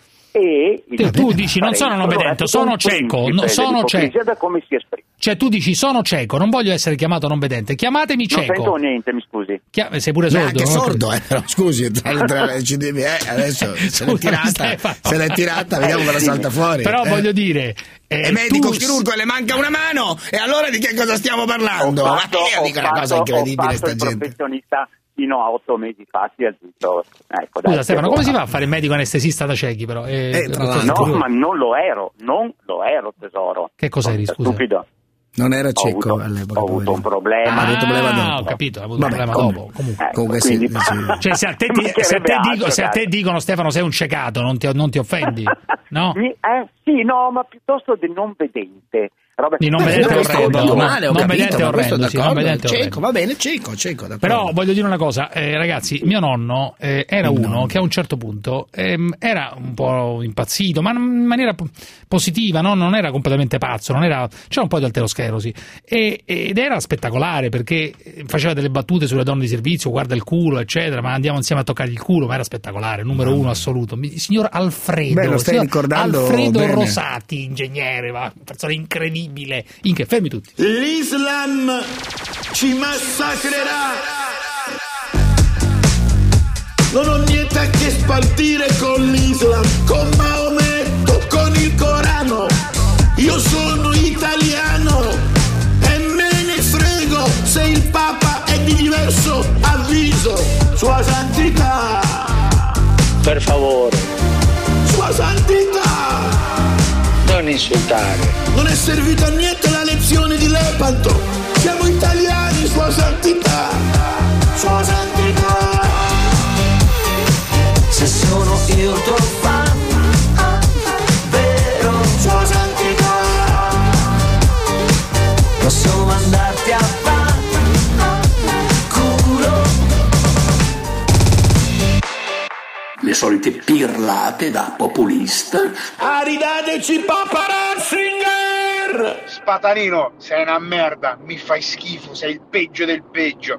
E Tu- tu dici, non sono non vedente, sono cieco, no, sono cieco. da come si esprime. Cioè tu dici sono cieco, non voglio essere chiamato non vedente, chiamatemi Non sento cieco. niente, mi scusi. Chia- sei pure Beh, sordo? anche no? sordo, eh, però scusi, tra le, tra le C D B, eh, adesso se l'è Scusami, tirata, Stefano. se l'è tirata, vediamo come la salta fuori. Però eh. voglio dire, eh, È medico tu- chirurgo e le manca una mano, e allora di che cosa stiamo parlando? Ho Ma fatto, io ho dico una fatto- cosa incredibile, ho fatto sta il gente. professionista fino a otto mesi fa, si è tutto. Ecco, dai, Scusa Stefano, che come si ora. fa a fare il medico anestesista da ciechi però? Eh, Eh, tra cosa- l'altro. No, ma non lo ero, non lo ero, tesoro. Che cos'eri, Sono scusa? Stupido. Non era Ho cieco avuto, all'epoca. ho avuto un problema. Ah, ha avuto un problema Ah, dopo. ho capito, ha avuto Vabbè, un problema come- dopo. Comunque, Ecco, Comunque sì, quindi- sì. cioè, se a te, Mi di- se a te mancherebbe dico, altro, se a te cazzo. dicono Stefano sei un ciecato, non ti, non ti offendi? No? Mi- eh, sì, no, ma piuttosto di non vedente. Robe... Di non Beh, vedete no, orrendo, no, no, male, ho non capito, vedete ma questo orrendo, sì, non d'accordo. vedete Cieco, orrendo. va bene, cieco, cieco, d'accordo. Però voglio dire una cosa, eh, ragazzi, mio nonno eh, era Il uno nonno. che a un certo punto ehm, era un po' impazzito, ma in maniera po- positiva, no? Non era completamente pazzo, non era, c'era un po' di alterosclerosi e, ed era spettacolare perché faceva delle battute sulle donne di servizio, guarda il culo, eccetera, ma andiamo insieme a toccargli il culo, ma era spettacolare, numero uno assoluto. Il signor Alfredo, Beh, lo stai signor ricordando Alfredo bene. Rosati, ingegnere, ma una persona incredibile. In che fermi tutti. L'Islam ci massacrerà. Non ho niente a che spartire con l'Islam, con Maometto, con il Corano. Io sono italiano e me ne frego se il Papa è di diverso avviso. Sua Santità, Per favore, Sua Santità, non insultare. non è servita a niente la lezione di Lepanto. Siamo italiani, Sua Santità, Sua Santità. Se sono io il tuo fan, vero, Sua Santità, posso mandarti a fan, culo. Le solite pirlate da populista. aridateci Papa Ratzinger. Spatanino, sei una merda, mi fai schifo, sei il peggio del peggio.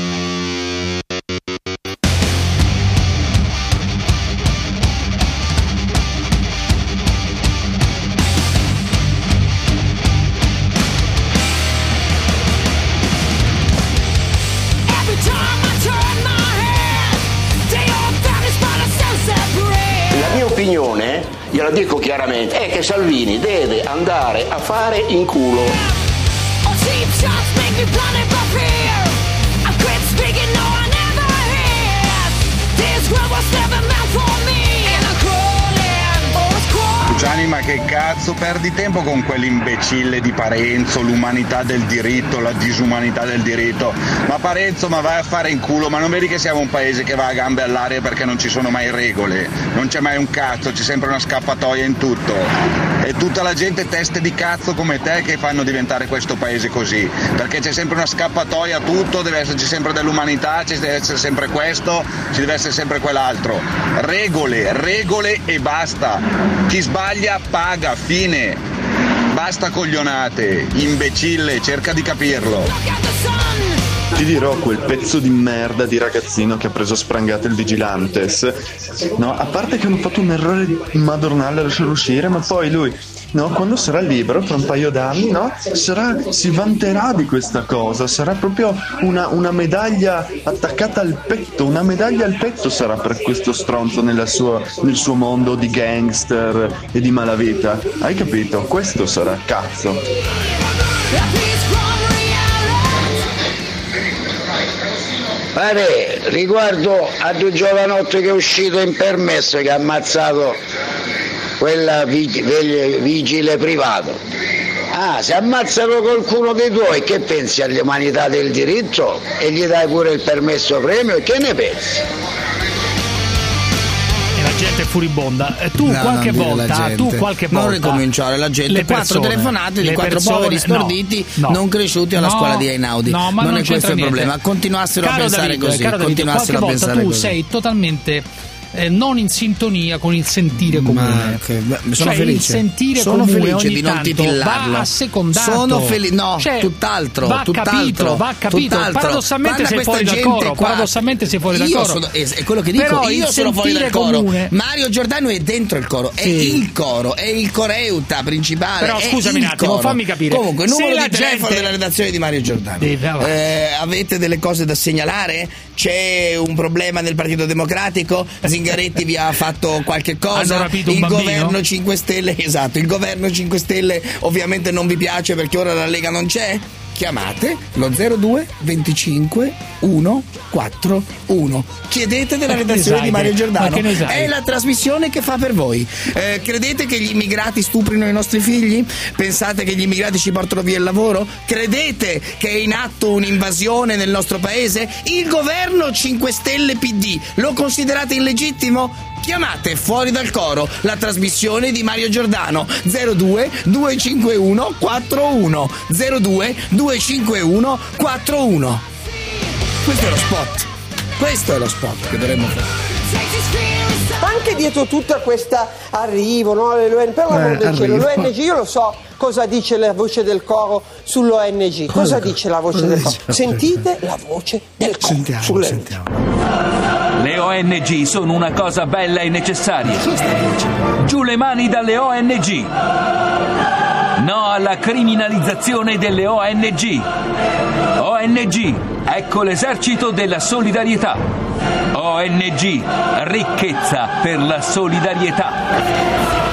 Every time I turn my head, they all found this by themselves separate. La mia opinione, glielo dico chiaramente, è che Salvini deve andare a fare in culo. All cheap shots make me blinded by fear. I quit speaking, no, I never hear. This world was never meant for me. And I'm crawling, always crawling. Gianni, ma che cazzo perdi tempo con quell'imbecille di Parenzo, l'umanità del diritto, la disumanità del diritto? Ma Parenzo, ma vai a fare in culo, ma non vedi che siamo un paese che va a gambe all'aria perché non ci sono mai regole, non c'è mai un cazzo, c'è sempre una scappatoia in tutto. E tutta la gente teste di cazzo come te che fanno diventare questo paese così, perché c'è sempre una scappatoia a tutto, deve esserci sempre dell'umanità, ci deve essere sempre questo, ci deve essere sempre quell'altro. Regole, regole e basta. Chi sbaglia paga, fine. Basta coglionate, imbecille, cerca di capirlo. Ti dirò quel pezzo di merda di ragazzino che ha preso a sprangate il Vigilantes, no? A parte che hanno fatto un errore madornale a lasciarlo uscire, ma poi lui, no? Quando sarà libero, fra un paio d'anni, no? Sarà, si vanterà di questa cosa, sarà proprio una, una medaglia attaccata al petto, una medaglia al petto sarà per questo stronzo nella sua, nel suo mondo di gangster e di malavita. Hai capito? Questo sarà, cazzo. Vabbè, riguardo a due giovanotto che è uscito in permesso che ha ammazzato quella vig- veg- vigile privato. Ah, se ammazzano qualcuno dei tuoi, che pensi all'umanità del diritto? E gli dai pure il permesso premio? E che ne pensi? E la gente è furibonda. Eh, Tu No, qualche non dire la volta, gente. tu qualche volta. Non ricominciare, la gente. le Quattro persone- telefonate di le quattro persone- poveri storditi no, no. non cresciuti alla No, scuola di Einaudi. no, ma non, non è questo c'entra il niente. problema. Continuassero Caro a pensare David, così. caro David, continuassero a qualche volta pensare tu così. sei totalmente eh, non in sintonia con il sentire comune. che- beh, sono cioè, il felice. sentire Sono comune felice ogni di non tanto titillarlo. va assecondato. Sono felice. No, Cioè, tutt'altro. Va tutt'altro, capito, va capito. tutt'altro. Paradossalmente Guarda sei questa fuori dal gente coro. qua. Paradossalmente sei fuori dal Io coro. sono- è, è quello che dico. Però Io il sono fuori dal sentire coro. comune- Mario Giordano è dentro il coro. È Sì. il coro. È il coreuta principale. Però è scusami il un attimo, coro. fammi capire. Comunque, Se numero la di telefono gente- della redazione di Mario Giordano. Sì, vabbè. Eh, avete delle cose da segnalare? C'è un problema nel Partito Democratico? Zingaretti vi ha fatto qualche cosa? Hanno rapito un il bambino? governo cinque Stelle, esatto, il governo cinque Stelle ovviamente non vi piace perché ora la Lega non c'è? Chiamate lo zero due venticinque uno quattro uno. Chiedete della redazione sai di Mario che- Giordano. ma che ne sai? È la trasmissione che fa per voi. Eh, credete che gli immigrati stuprino i nostri figli? Pensate che gli immigrati ci portano via il lavoro? Credete che è in atto un'invasione nel nostro paese? Il governo cinque Stelle P D lo considerate illegittimo? Chiamate Fuori dal Coro, la trasmissione di Mario Giordano. zero due due cinque uno quattro uno zero due due cinque uno quattro uno. Questo è lo spot. Questo è lo spot che dovremmo fare. Anche dietro tutta questa arrivo, no? Le- Per l'amore Eh, del cielo, arrivo. l'O N G, io lo so cosa dice la voce del coro sull'O N G. Cosa dice la voce del coro? Sentite la voce del coro. Sentiamo, sull'O N G. sentiamo. Le O N G sono una cosa bella e necessaria. Giù le mani dalle O N G. No alla criminalizzazione delle O N G. O N G, ecco l'esercito della solidarietà. O N G, ricchezza per la solidarietà.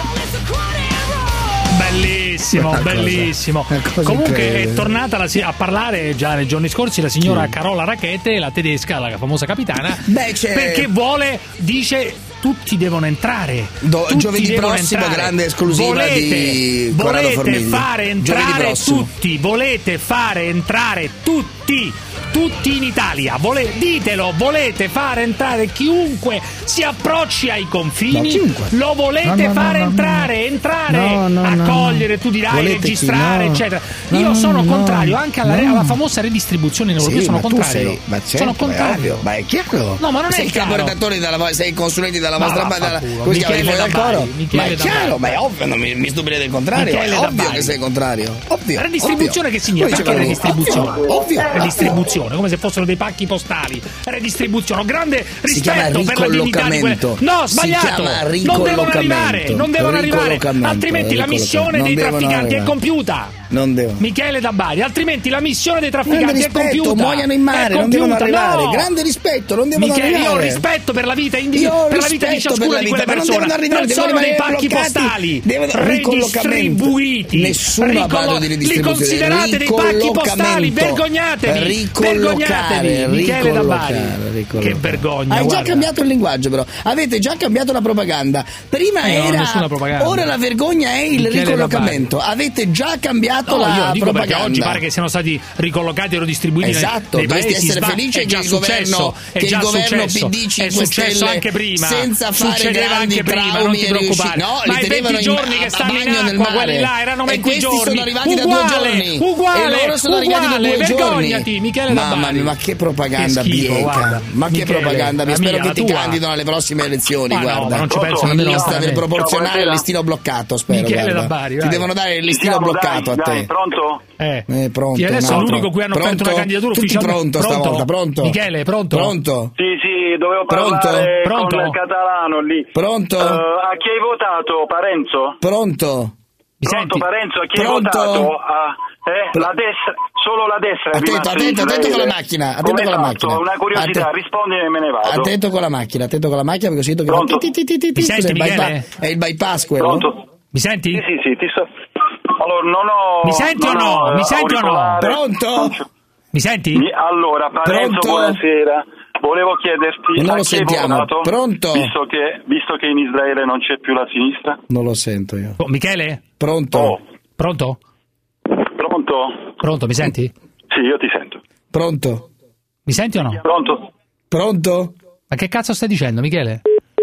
Bellissimo, Una cosa- bellissimo. una cosa Comunque incredibile. è tornata la si- a parlare già nei giorni scorsi la signora Carola Rackete, la tedesca, la famosa capitana, Beh, c'è- perché vuole, dice, tutti devono entrare. Do- tutti giovedì devono prossimo, entrare. grande esclusiva volete, di Corrado volete Formigli. fare Giovedì entrare prossimo. tutti, volete fare entrare tutti. Tutti in Italia, Vole- ditelo, volete fare entrare chiunque si approcci ai confini, No, chiunque. lo volete No, no, no, fare no, no. entrare, entrare, No, no, no, accogliere, no. tu dirai, Volete chi? registrare, No. eccetera. No, Io sono no, contrario anche alla, no. alla famosa redistribuzione in Europa, Sì, io sono ma tu contrario. sei- ma certo, sono è contrario. ovvio, ma è chiaro. No, ma non sei è il chiaro. caporedattore della vo- sei il consulente della Ma vostra banda, vaffanculo. come si chiama, di Michele Fuori dal Dabari, Coro? Michele Ma è Dabari. chiaro, ma è ovvio, non mi, mi stupirete del contrario. Michele È ovvio Dabari. che sei il contrario. Ovvio. Redistribuzione ovvio. che significa? Come Perché diceva lui? redistribuzione? Ovvio, ovvio. Redistribuzione, come se fossero dei pacchi postali. Redistribuzione, ho grande Si chiama rispetto per la dignità di quelle. ricollocamento. No, Si sbagliato. chiama Non devono ricollocamento. arrivare, non devono arrivare, Ricollocamento, altrimenti la missione ricollocamento. dei Non devono trafficanti è arrivare. compiuta. Non devo. Michele Dabari, altrimenti la missione dei Grande trafficanti è rispetto, compiuta. muoiono in mare, È non devono compiuta, arrivare. no. Grande rispetto, non devono Michele, arrivare. io ho rispetto per la vita indivi- Io ho per la vita di rispetto per ciascuna la di vita, quelle ma non persone. devono arrivare, Non devono sono dei rimanere pacchi bloccati, postali devono- ricollocamento. redistribuiti. Nessuno ha parlato di Li ridistribuzione. considerate dei pacchi postali, Ricollocamento. vergognatevi. Ricollocare, Vergognatevi. Michele Dabari. ricollocare, ricollocare. Che vergogna. Hai già guarda. cambiato il linguaggio, però. Avete già cambiato la propaganda. Prima Eh, non ho era. nessuna propaganda. Ora la vergogna è il Michele ricollocamento. Avete già cambiato No, la io dico propaganda. perché oggi pare che siano stati ricollocati o redistribuiti nei- Esatto, nei dovresti paesi. essere sba- felice è che già il governo, successo, è che il già governo successo, P D è cinque successo Stelle anche prima, senza fare succedeva grandi anche prima, non traumi ti è riuscito. preoccupare. No, Ma li i tenevano venti in- giorni a- che a stanno in bagno nel acqua, mare. quelli là erano E venti questi giorni. sono arrivati da due Uguale, giorni. uguale, E loro sono arrivati da uguale, due giorni. vergognati, Michele Mamma Dabari. mia, ma che propaganda Che schifo, bieca. guarda. Ma che Michele, propaganda bieca. la Spero mia, che la ti tua. candidano alle prossime elezioni, Ma no, guarda. ma non ci penso In nemmeno lista del lontanamente. proporzionale Ciao, listino bloccato, spero. Michele guarda. Dabari, Ti vai. devono dare il listino Siamo, bloccato dai, a te. dai, pronto? Eh. Eh, pronto. Sì, adesso è no, l'unico cui hanno pronto? aperto una candidatura Tutti ufficialmente. pronto stavolta, pronto? Michele, pronto? Pronto? Sì, sì, dovevo Pronto? parlare Pronto? con il catalano lì. Pronto? Eh, a chi hai votato, Parenzo? Pronto? Mi Pronto, senti? Parenzo, a chi hai Pronto? votato? A, eh, la destra, solo la destra è Attento, rimasta in attento, attento con la Israele. macchina, attento Come con la hai macchina. fatto? Una curiosità, Atten- rispondi e me ne vado. Attento con la macchina, attento con la macchina perché ho sentito che Pronto? fa ti ti ti ti ti. Mi senti, Scusa, è il Michele? bypass- È il bypass quello? Pronto? Mi senti? Sì, sì, sì, ti sto... Allora, non ho... Mi senti o non no? ho, Mi eh, senti o no? auricolare. Pronto? Mi senti? Mi- Allora, Parenzo, Pronto? buonasera. Volevo chiederti Non a lo chi hai sentiamo. votato, Pronto? Visto che, visto che in Israele non c'è più la sinistra. Non lo sento io. Oh, Michele? Pronto? Oh, Pronto? pronto? Pronto, mi senti? Sì, io ti sento. Pronto? Mi senti o no? Pronto? Pronto? Ma che cazzo stai dicendo, Michele?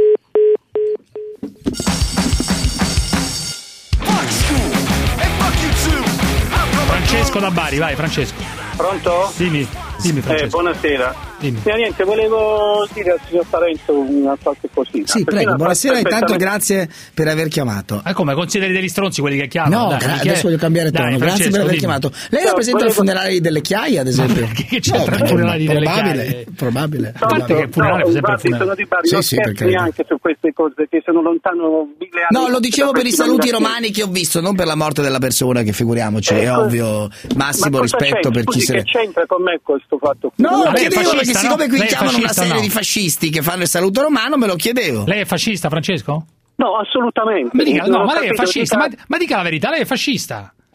Francesco da Bari, vai Francesco. Pronto? Dimmi, dimmi Eh, Francesco. buonasera. Dimmi. Eh, niente, volevo dire al signor Parenzo una qualche cosina. Sì, Perché prego, la- buonasera, intanto perfettamente- grazie per aver chiamato. Ah, come? Consideri degli stronzi quelli che chiamano? No, Dai, gra- Michele. adesso voglio cambiare Dai, tono. Grazie per Francesco, aver dimmi. chiamato. Lei No, è presente volevo- al funerale delle Chiaie, ad esempio? Che c'entra il perché- funerale delle probabile, Chiaie? probabile. A parte che il funerale no, fa sempre il infatti funerale. sono di Bari, Sì, non sì, per scherzi carità. neanche su queste cose che sono lontano mille anni. No, lo dicevo per i saluti romani romani che ho visto, non per la morte della persona, che figuriamoci, è Ecco. ovvio, massimo rispetto per chi se che ne... c'entra con me questo fatto? qui? No, Ma lei è chiedevo fascista, perché no? siccome qui Lei è chiamano una fascista, serie no? di fascisti che fanno il saluto romano, me lo chiedevo. Lei è fascista, Francesco? No, assolutamente. Ma dica, Non no, ho ma lei è capito, fascista, dica- ma, ma dica la verità, lei è fascista.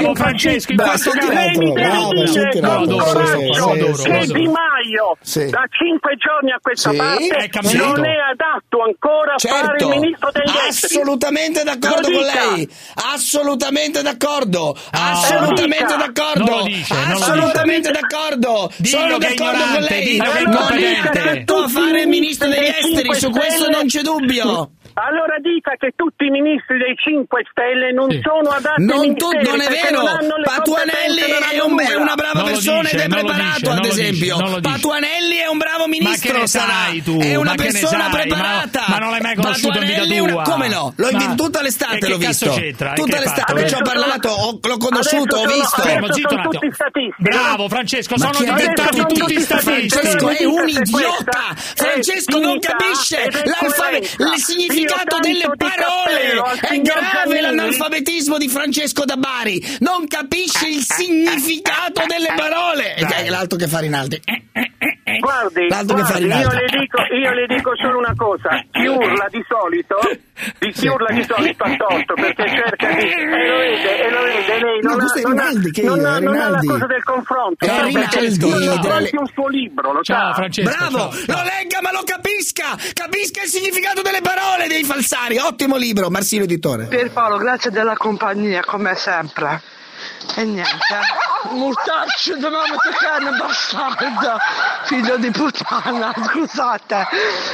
bravo Francesco, in questo caso Bravo, bravo, sì, che lo adoro, sì, lo sì, adoro, sì, lo che sì. Di Maio Sì. da cinque giorni a questa Sì, parte è cambiato. non è adatto ancora a fare Certo, il ministro degli esteri. assolutamente d'accordo Lo con dica. lei, assolutamente d'accordo, Ah, assolutamente lo dica. d'accordo, Non lo dice, non lo assolutamente dice. d'accordo, Dillo sono che è d'accordo con ignorante, lei, dillo che è non è incompetente. adatto a fare il ministro degli esteri, su questo non c'è dubbio. Allora dica che tutti i ministri dei cinque Stelle non Sì. sono adatti Non, ai tu, ministeri non è perché vero, non hanno le Patuanelli competenze, non è, hanno un- è nulla. una brava Non lo persona dice, ed è non lo preparato, dice, ad non lo dice, esempio. non lo dice. Patuanelli è un bravo ministro, Ma che ne sarà. sai tu? È una Ma che ne persona sai? preparata. Ma, ma non l'hai mai conosciuto in vita Patuanelli è una- tua? Come no? L'ho Ma- visto tutta E l'estate, che l'ho cazzo visto. c'entra? E Tutta che hai l'estate, fatto? ci ho parlato, ho- l'ho conosciuto, ho Adesso visto. sono- Fermo, adesso zitto un sono attimo. tutti statisti. Bravo Francesco, Ma sono chi ha detto diventati tutti tutti statisti. Francesco è un idiota. Questa Francesco non dignità capisce ed l'alfabe- equivalenza. il significato Io delle tanto di cappello parole. al È signor grave Giannini. l'analfabetismo di Francesco da Bari. Non capisce il significato delle parole. E che è l'altro che fa Rinaldi. Guardi, L'altro che fa guardi io, Rinaldi. le dico, io le dico solo una cosa, chi urla di solito, di chi urla di solito ha torto, perché cerca di... E lo vede, e lo vede, lei No, non, questo ha, è non, ha, Rinaldi, che non, io, ha, non ha la Rinaldi. cosa del confronto. È sa, Rinaldi perché io ho delle- anche un suo libro, lo Ciao sa. Francesco. Bravo, ciao, ciao. lo legga ma lo capisca. Capisca il significato delle parole dei falsari. Ottimo libro, Marsilio Editore. Pierpaolo, grazie della compagnia, come sempre. E niente. Mortaccio di nome carne bastardo. Figlio di puttana, scusate.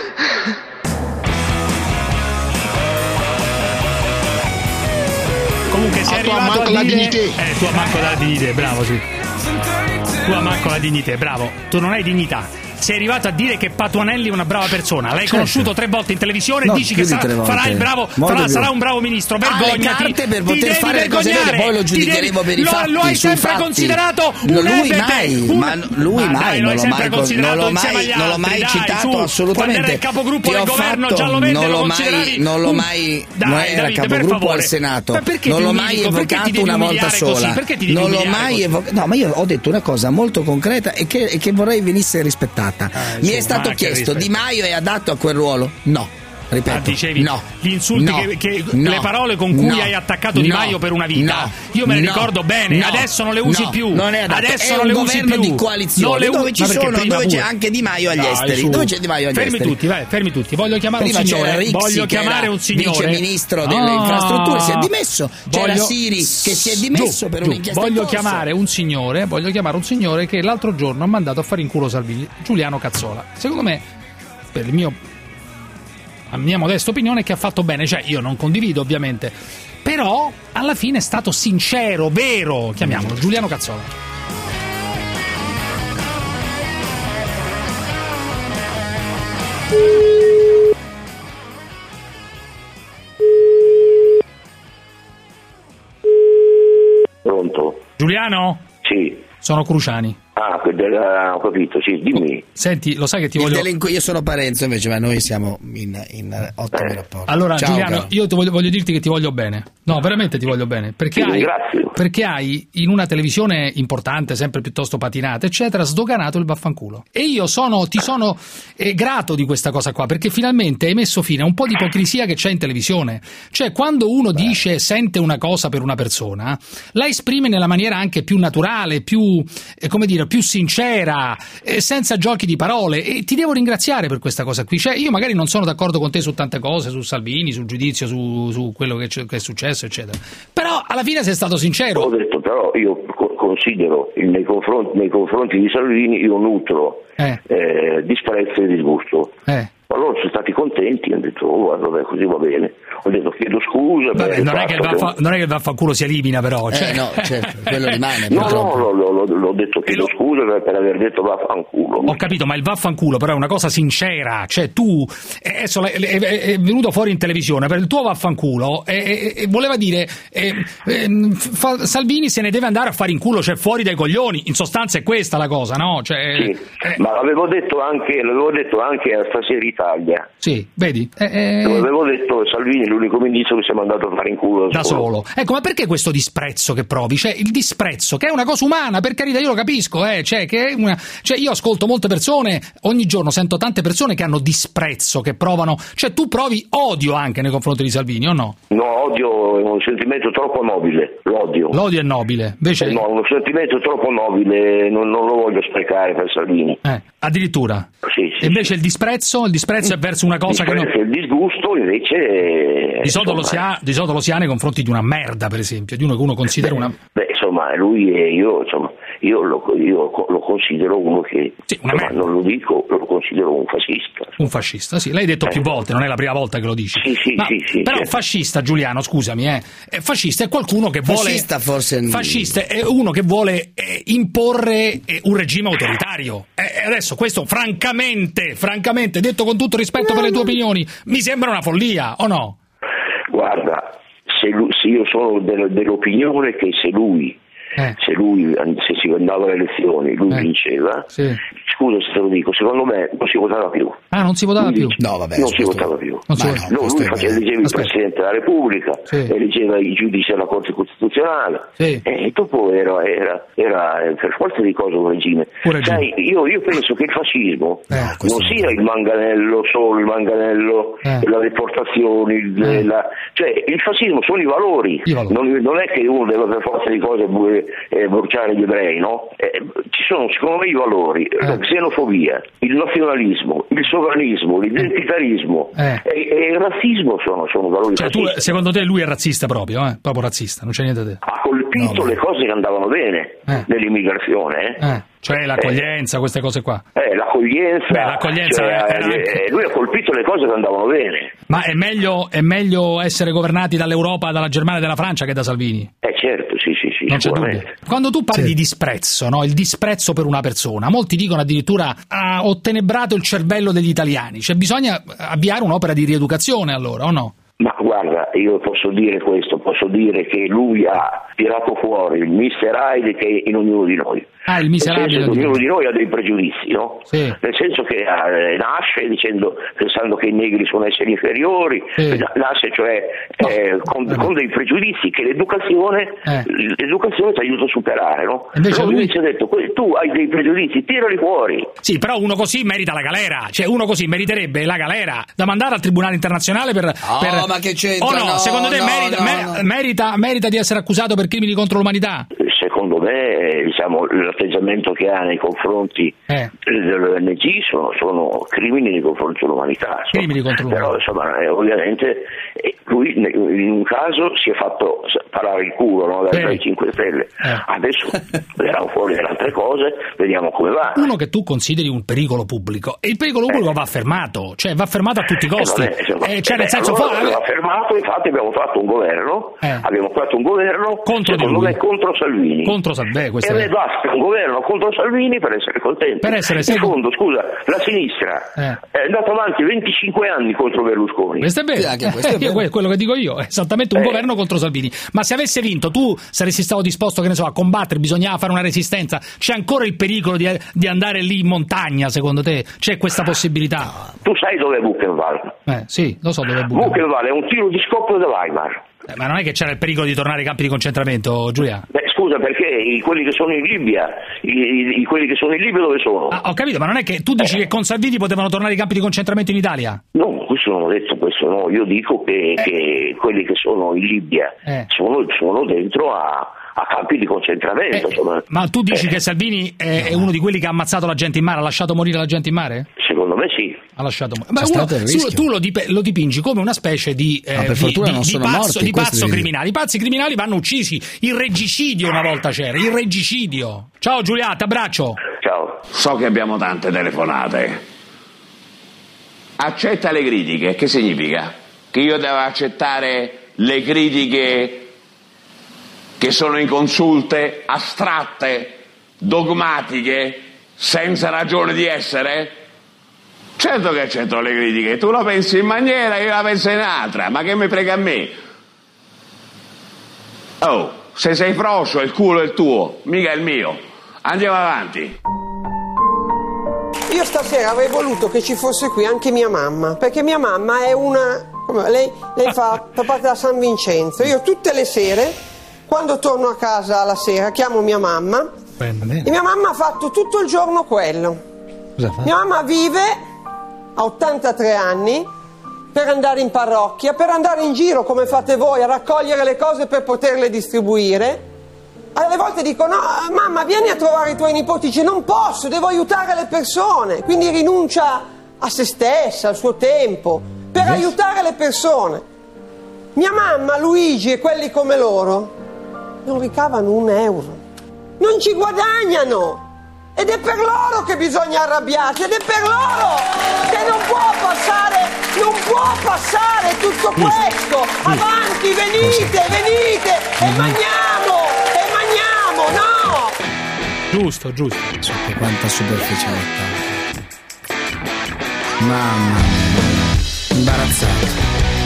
Comunque sei Ah, tu arrivato manco a la dire... dignità. Eh, tu a manco la dignità, bravo, sì. Tu a manco la dignità, bravo. Tu non hai dignità. Sei arrivato a dire che Patuanelli è una brava persona. L'hai Certo. conosciuto tre volte in televisione No, e dici più che di sarà, tre volte. farà il bravo, Molto farà, più. sarà un bravo ministro. Ha le Vergognati. carte per Ti poter devi fare le cose vergognare. vere, poi lo Ti giudicheremo devi- per i lo, fatti, Lo hai sui sempre fatti. considerato No, un lui ebete, mai, un- ma lui Ma mai, dai, lo non hai l'ho sempre mai con- considerato non l'ho insieme mai- agli non l'ho altri, mai dai, citato, su. assolutamente. Quando era il capogruppo Ti del ho governo fatto- giallo-verde non lo l'ho mai- consideravi non l'ho un- mai- Dai, non era Davide, per capogruppo favore. al Senato. Ma perché Non ti l'ho umili? mai Perché ti evocato devi una volta umiliare così? sola. Perché ti devi Non l'ho umiliare mai così? evocato. No, ma io ho detto una cosa molto concreta e che, e che vorrei venisse rispettata. Mi è insomma, stato ma che chiesto: rispetto. Di Maio è adatto a quel ruolo? No. Ripeto, Ah, dicevi no. gli insulti, No. che, che- No. le parole con cui No. hai attaccato Di No. Maio per una vita. No. Io me le No. ricordo bene, No. adesso non le usi No. più. Non è adatto. Adesso È non un le usi governo più. di coalizione, Non le u- dove ci Ma perché sono- prima dove c'è pure. anche Di Maio agli Dai, esteri. su. Dove c'è Di Maio agli fermi esteri? tutti, vai, fermi tutti. Voglio chiamare Prima un c'era signore. Rixi, Voglio che chiamare era un signore. vice ministro delle Ah. infrastrutture, si è dimesso. C'era Voglio- Siri che si è dimesso Giù, per giù. un'inchiesta Voglio in corso. chiamare un signore, voglio chiamare un signore che l'altro giorno ha mandato a fare in culo Salvini, Giuliano Cazzola. Secondo me, per il mio a mia modesta opinione, che ha fatto bene, cioè io non condivido ovviamente, però alla fine è stato sincero, vero, chiamiamolo Giuliano Cazzola. Pronto? Giuliano? Sì. Sono Cruciani. Ah, quel del- ah, ho capito, sì, dimmi. Senti, lo sai che ti Il voglio... delinqu- io sono Parenzo invece, ma noi siamo in, in ottimi rapporti. Allora, Ciao, Giuliano, caro. io ti voglio, voglio dirti che ti voglio bene. No, veramente ti voglio bene. Perché Ti hai, ringrazio. perché hai, in una televisione importante, sempre piuttosto patinata, eccetera, sdoganato il vaffanculo. E io sono, ti sono eh, grato di questa cosa qua, perché finalmente hai messo fine a un po' di ipocrisia che c'è in televisione. Cioè, quando uno dice, sente una cosa per una persona, la esprime nella maniera anche più naturale, più, eh, come dire, più sincera, eh, senza giochi di parole. E ti devo ringraziare per questa cosa qui. Cioè, io magari non sono d'accordo con te su tante cose, su Salvini, sul giudizio, su, su quello che, c'è- che è successo, eccetera. Però alla fine sei stato sincero. Ho detto, però io co- considero il- nei confronti, nei confronti di Salvini io nutro Eh. eh, disprezzo e disgusto. Eh. Ma loro sono stati contenti, hanno detto, oh, guarda, vabbè, così va bene. Ho detto, chiedo scusa. per Vabbè, il non, è che il fatto vaffa- non è che il vaffanculo si elimina, però. Cioè. Eh, no, certo, quello rimane. No, purtroppo. no, l'ho, l'ho- l'ho detto, chiedo scusa per, per aver detto vaffanculo. Ho capito, ma il vaffanculo però è una cosa sincera. Cioè, tu eh, adesso è, è- è venuto fuori in televisione per il tuo vaffanculo e, e- e voleva dire eh, eh, fa- Salvini se ne deve andare a fare in culo, cioè fuori dai coglioni. In sostanza è questa la cosa, no? Cioè, Sì, ma l'avevo detto anche, l'avevo detto anche a Stasera Italia. Sì, vedi? Eh, eh, Dove avevo detto Salvini è l'unico ministro che si è mandato a fare in culo da solo. Ecco, ma perché questo disprezzo che provi? Cioè, il disprezzo, che è una cosa umana, per carità, io lo capisco, eh, cioè, che è una... cioè, io ascolto molte persone, ogni giorno sento tante persone che hanno disprezzo, che provano, cioè, tu provi odio anche nei confronti di Salvini, o no? No, odio è un sentimento troppo nobile, l'odio. L'odio è nobile, invece... No, un sentimento troppo nobile, non, non lo voglio sprecare per Salvini. Eh, addirittura. Sì, sì, E invece il disprezzo, il disprezzo è verso una cosa che non... Disprezzo, il disgusto invece è, Di solito, lo insomma, si ha, di solito lo si ha nei confronti di una merda, per esempio, di uno che uno considera una... Beh, insomma, lui e io, insomma, io lo, io lo considero uno che, sì, insomma, non lo dico, lo considero un fascista. Un fascista, sì, l'hai detto eh. più volte, non è la prima volta che lo dici. Sì, sì, Ma, sì, sì. Però certo. fascista, Giuliano, scusami, eh, fascista è qualcuno che vuole... Fascista forse... Fascista è uno che vuole eh, imporre eh, un regime autoritario. E eh, adesso questo, francamente, francamente, detto con tutto rispetto per le tue opinioni, mi sembra una follia, o no? Guarda, se, lui, se io sono del, dell'opinione che se lui, eh. se lui, se si andava alle elezioni, lui eh. vinceva, sì. scusa se te lo dico, secondo me non si votava più. Ah, non si votava lui, più? No, vabbè. Non si votava più. Non si no, no, lui faceva, elegeva il Presidente della Repubblica, sì. elegeva i giudici della Corte Costituzionale, sì. e dopo era, era, era per forza di cose un regime. Un regime. Sai, io, io penso che il fascismo eh, non sia il manganello, solo il manganello, eh. la deportazione, il, eh. la, cioè il fascismo sono i valori, I valori. Non, non è che uno deve per forza di cose eh, bruciare gli ebrei, no? Eh, ci sono secondo me i valori, eh. la xenofobia, il nazionalismo, il sovranismo, l'identitarismo eh. e, e il razzismo sono, sono valori cioè, tu, secondo te lui è razzista proprio, eh? Proprio razzista, non c'è niente da dire. Ha colpito no, le cose che andavano bene eh. nell'immigrazione, eh? Eh. Cioè l'accoglienza, eh. queste cose qua. Eh, l'accoglienza, Beh, l'accoglienza cioè, è, è eh, lui ha colpito le cose che andavano bene. Ma è meglio, è meglio essere governati dall'Europa, dalla Germania e dalla Francia che da Salvini? Eh certo, sì, sì, sì. Non c'è dubbio. Quando tu parli sì. di disprezzo, no? Il disprezzo per una persona, molti dicono addirittura ha ottenebrato il cervello degli italiani, cioè bisogna avviare un'opera di rieducazione allora, o no? Ma guarda, io posso dire questo, posso dire che lui ha tirato fuori il mister Hyde che è in ognuno di noi. Ah, il mister Hyde. Ognuno di noi ha dei pregiudizi, no? Sì. Nel senso che eh, nasce dicendo, pensando che i negri sono esseri inferiori, sì. nasce cioè eh, no. con, con dei pregiudizi che l'educazione, eh. l'educazione ti aiuta a superare, no? Invece però lui ci ha detto, tu hai dei pregiudizi, tirali fuori. Sì, però uno così merita la galera, cioè uno così meriterebbe la galera da mandare al Tribunale Internazionale per... Oh, per... ma che c'entra? O no, no secondo te no, merita, no, mer- no. merita, merita di essere accusato per crimini contro l'umanità? Secondo me, diciamo, l'atteggiamento che ha nei confronti eh. dell'O N G sono, sono crimini nei confronti dell'umanità. Crimini contro l'umanità. Però, insomma, eh, ovviamente eh, lui in un caso si è fatto parare il culo, no, dai, dai cinque Stelle. Eh. Adesso verranno fuori delle altre cose, vediamo come va. Uno che tu consideri un pericolo pubblico, e il pericolo pubblico eh. va fermato, cioè va fermato a tutti i costi. Eh, vabbè, insomma, eh, cioè, nel senso, allora, fa... va fermato, infatti abbiamo fatto un governo, eh. abbiamo fatto un governo contro secondo me contro Salvini. Contro Salvini, e a me basta un governo contro Salvini per essere contento. Per essere secondo, scusa, la sinistra eh. è andata avanti venticinque anni contro Berlusconi. Questo è vero, sì, anche questo è vero. Io, quello che dico io è esattamente un eh. governo contro Salvini. Ma se avesse vinto, tu saresti stato disposto, che ne so, a combattere, bisognava fare una resistenza. C'è ancora il pericolo di, di andare lì in montagna, secondo te? C'è questa possibilità? Tu sai dove è Buchenwald? Eh, sì, lo so dove è Buchenwald. Buchenwald è un tiro di scoppio da Weimar. Eh, ma non è che c'era il pericolo di tornare ai campi di concentramento, Giulia? Beh, scusa, perché i, quelli che sono in Libia, i, i, quelli che sono in Libia dove sono? Ah, ho capito, ma non è che tu dici eh. che con Salvini potevano tornare ai campi di concentramento in Italia? No, questo non ho detto, questo no, io dico che, eh. che quelli che sono in Libia eh. sono, sono dentro a... a campi di concentramento. Eh, ma tu dici eh. che Salvini è, è uno di quelli che ha ammazzato la gente in mare, ha lasciato morire la gente in mare? Secondo me sì. Ha lasciato morire. Ma uno, tu, tu lo, dip- lo dipingi come una specie di, eh, per di, di, non sono di pazzo, morti, di pazzo criminale. I pazzi criminali vanno uccisi. Il regicidio una volta c'era, il regicidio. Ciao Giulia, ti abbraccio. Ciao. So che abbiamo tante telefonate. Accetta le critiche, che significa? Che io devo accettare le critiche che sono inconsulte, astratte, dogmatiche, senza ragione di essere? Certo che accetto le critiche, tu la pensi in maniera, io la penso in altra, ma che mi frega a me? Oh, se sei frocio il culo è il tuo, mica il mio. Andiamo avanti. Io stasera avrei voluto che ci fosse qui anche mia mamma, perché mia mamma è una... Lei, lei fa, fa parte da San Vincenzo. Io tutte le sere, quando torno a casa la sera, chiamo mia mamma bene. E mia mamma ha fatto tutto il giorno quello. Cosa fa? Mia mamma vive a ottantatré anni per andare in parrocchia, per andare in giro come fate voi a raccogliere le cose per poterle distribuire. Alle volte dico no, mamma vieni a trovare i tuoi nipoti, dice non posso, devo aiutare le persone, quindi rinuncia a se stessa, al suo tempo per yes. aiutare le persone. Mia mamma, Luigi e quelli come loro non ricavano un euro. Non ci guadagnano! Ed è per loro che bisogna arrabbiarsi, ed è per loro che non può passare, non può passare tutto questo. Avanti, venite, venite, e mangiamo, e mangiamo, no! Giusto, giusto. Sotto quanta superficialità. Mamma mia, imbarazzante.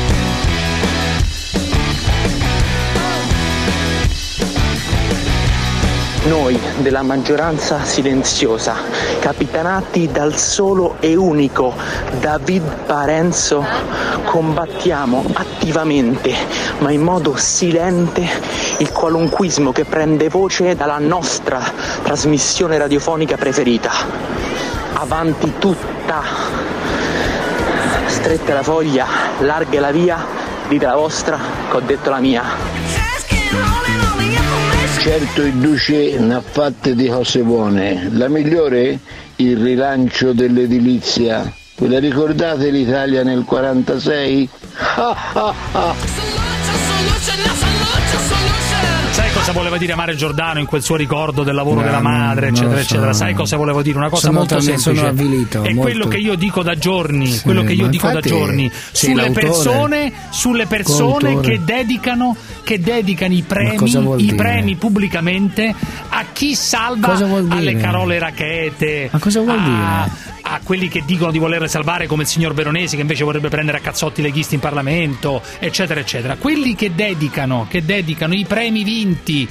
Noi della maggioranza silenziosa, capitanati dal solo e unico David Parenzo, combattiamo attivamente, ma in modo silente, il qualunquismo che prende voce dalla nostra trasmissione radiofonica preferita. Avanti tutta, stretta la foglia, larga la via, dite la vostra, che ho detto la mia. Certo il Duce ne ha fatte di cose buone, la migliore il rilancio dell'edilizia. Ve la ricordate l'Italia nel quarantasei? Ah, ah, ah. Sai cosa voleva dire Mario Giordano in quel suo ricordo del lavoro No, della madre, non eccetera, lo so. eccetera? Sai cosa voleva dire? Una cosa Sono molto talmente- semplice. sono avvilito, è molto. quello che io dico da giorni, Sì, quello che io ma dico infatti, da giorni sì, sulle l'autore. persone, sulle persone Coautore. che dedicano che dedicano i cosa premi, vuol i dire? premi pubblicamente a chi salva Cosa vuol dire? alle Carole Rachete. Ma cosa vuol a, dire? a quelli che dicono di volerle salvare come il signor Veronesi, che invece vorrebbe prendere a cazzotti i leghisti in Parlamento, eccetera, eccetera. Quelli che dedicano, che dedicano i premi vinti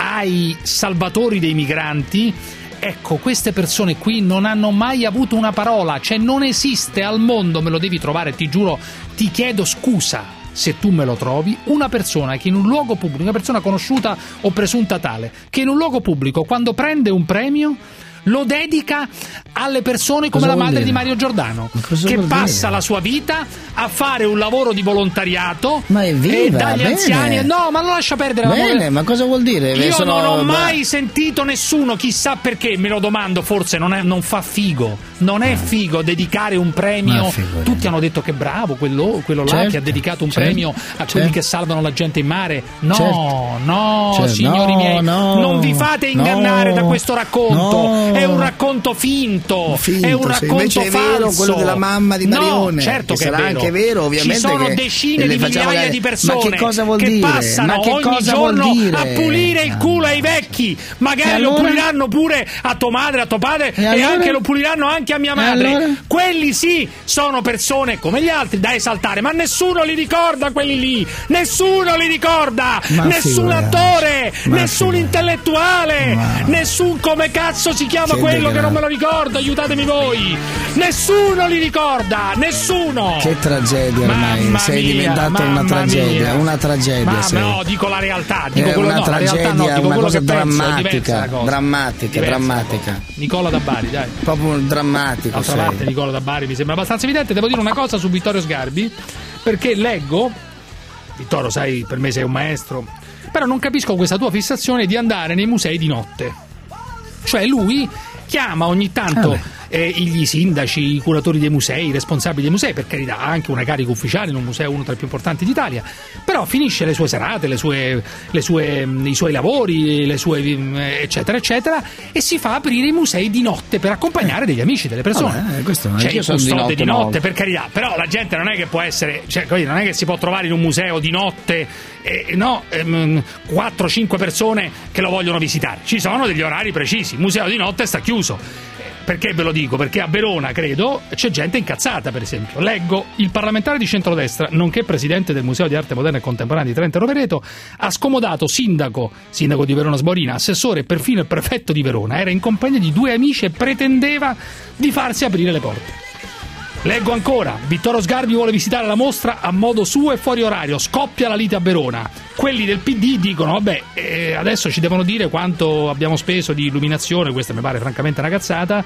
ai salvatori dei migranti, ecco, queste persone qui non hanno mai avuto una parola, cioè non esiste al mondo, me lo devi trovare, ti giuro, ti chiedo scusa se tu me lo trovi, una persona che in un luogo pubblico, una persona conosciuta o presunta tale, che in un luogo pubblico quando prende un premio lo dedica alle persone come Cosa la vuol madre dire? di Mario Giordano, cosa che vuol passa dire? la sua vita a fare un lavoro di volontariato Ma è viva, e dagli bene. anziani. No, ma non lascia perdere. Bene, ma cosa vuol dire? Io Sono- non ho ma- mai sentito nessuno, chissà perché, me lo domando, forse non, è, non fa figo. Non è figo dedicare un premio. Ma figurati. Tutti hanno detto che bravo quello, quello là Certo, che ha dedicato un certo, premio a quelli certo. che salvano la gente in mare. No, Certo. no, Certo, signori no, miei, no, non vi fate ingannare no, da questo racconto. no. È un racconto finto, Finto, è un sì. racconto Invece è falso. vero quello della mamma di Marione, No, certo che che, sarà è vero. anche vero, ovviamente, Ci sono che decine le di facciamo migliaia le- di Ma persone che cosa vuol che dire? passano Ma che ogni cosa vuol giorno dire? a pulire il culo ai vecchi. Magari E allora? lo puliranno pure a tua madre, a tuo padre E e, allora? anche lo puliranno anche a mia E madre. allora? Quelli sì sono persone come gli altri da esaltare, ma nessuno li ricorda quelli lì. Nessuno li ricorda. Ma Nessun figurati. attore, Ma nessun figurati. intellettuale, Ma- nessun come cazzo si chiama Che quello che non me degrado. lo ricordo, aiutatemi voi. Nessuno li ricorda, nessuno. Che tragedia ormai, Mamma sei mia, diventata una mamma tragedia, mia. una tragedia. Ma sei. no, dico la realtà, dico È quello, una no, la realtà tragedia, no, dico una quello cosa che penso, è diversa drammatica, la cosa. drammatica, Diversa la drammatica. cosa. Nicola da Bari, dai. Proprio drammatico. D'altra sei. parte Nicola da Bari mi sembra abbastanza evidente. Devo dire una cosa su Vittorio Sgarbi, perché leggo, Vittorio sai, per me sei un maestro, però non capisco questa tua fissazione di andare nei musei di notte. Cioè lui chiama ogni tanto Ah, eh, gli sindaci, i curatori dei musei, i responsabili dei musei, per carità, ha anche una carica ufficiale in un museo, uno tra i più importanti d'Italia, però finisce le sue serate, le sue, le sue, i suoi lavori, le sue, eh, eccetera, eccetera, e si fa aprire i musei di notte per accompagnare degli amici, delle persone. Vabbè, questo Cioè, anch'io il sono di custode notte, di notte, no. per carità, però la gente non è che può essere, cioè, come dire, non è che si può trovare in un museo di notte eh, no, ehm, quattro cinque persone che lo vogliono visitare. Ci sono degli orari precisi, il museo di notte sta chiuso. Perché ve lo dico? Perché a Verona, credo, c'è gente incazzata, per esempio. Leggo, il parlamentare di centrodestra, nonché presidente del Museo di Arte Moderna e Contemporanea di Trento Rovereto, ha scomodato sindaco, sindaco di Verona Sborina, assessore e perfino il prefetto di Verona. Era in compagnia di due amici e pretendeva di farsi aprire le porte. Leggo ancora, Vittorio Sgarbi vuole visitare la mostra a modo suo e fuori orario, scoppia la lite a Verona. Quelli del P D dicono, vabbè, eh, adesso ci devono dire quanto abbiamo speso di illuminazione, questa mi pare francamente una cazzata,